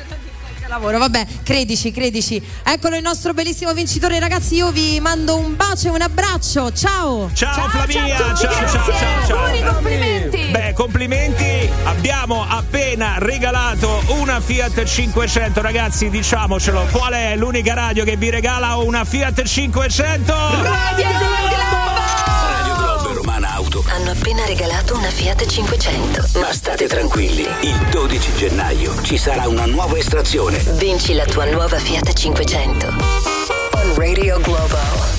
Lavoro, vabbè, credici, credici. Eccolo il nostro bellissimo vincitore, ragazzi. Io vi mando un bacio e un abbraccio. Ciao. Ciao, ciao Flavia, ciao, ciao, ciao, ciao, ciao, ciao. Auguri, complimenti. Beh, complimenti. Abbiamo appena regalato una Fiat cinquecento, ragazzi, diciamocelo. Qual è l'unica radio che vi regala una Fiat cinquecento? Radio Globo. Radio Globo e Romana Auto hanno appena regalato una Fiat cinquecento. Ma state tranquilli, il dodici gennaio ci sarà una nuova estrazione. Vinci la tua nuova Fiat cinquecento. On Radio Globo.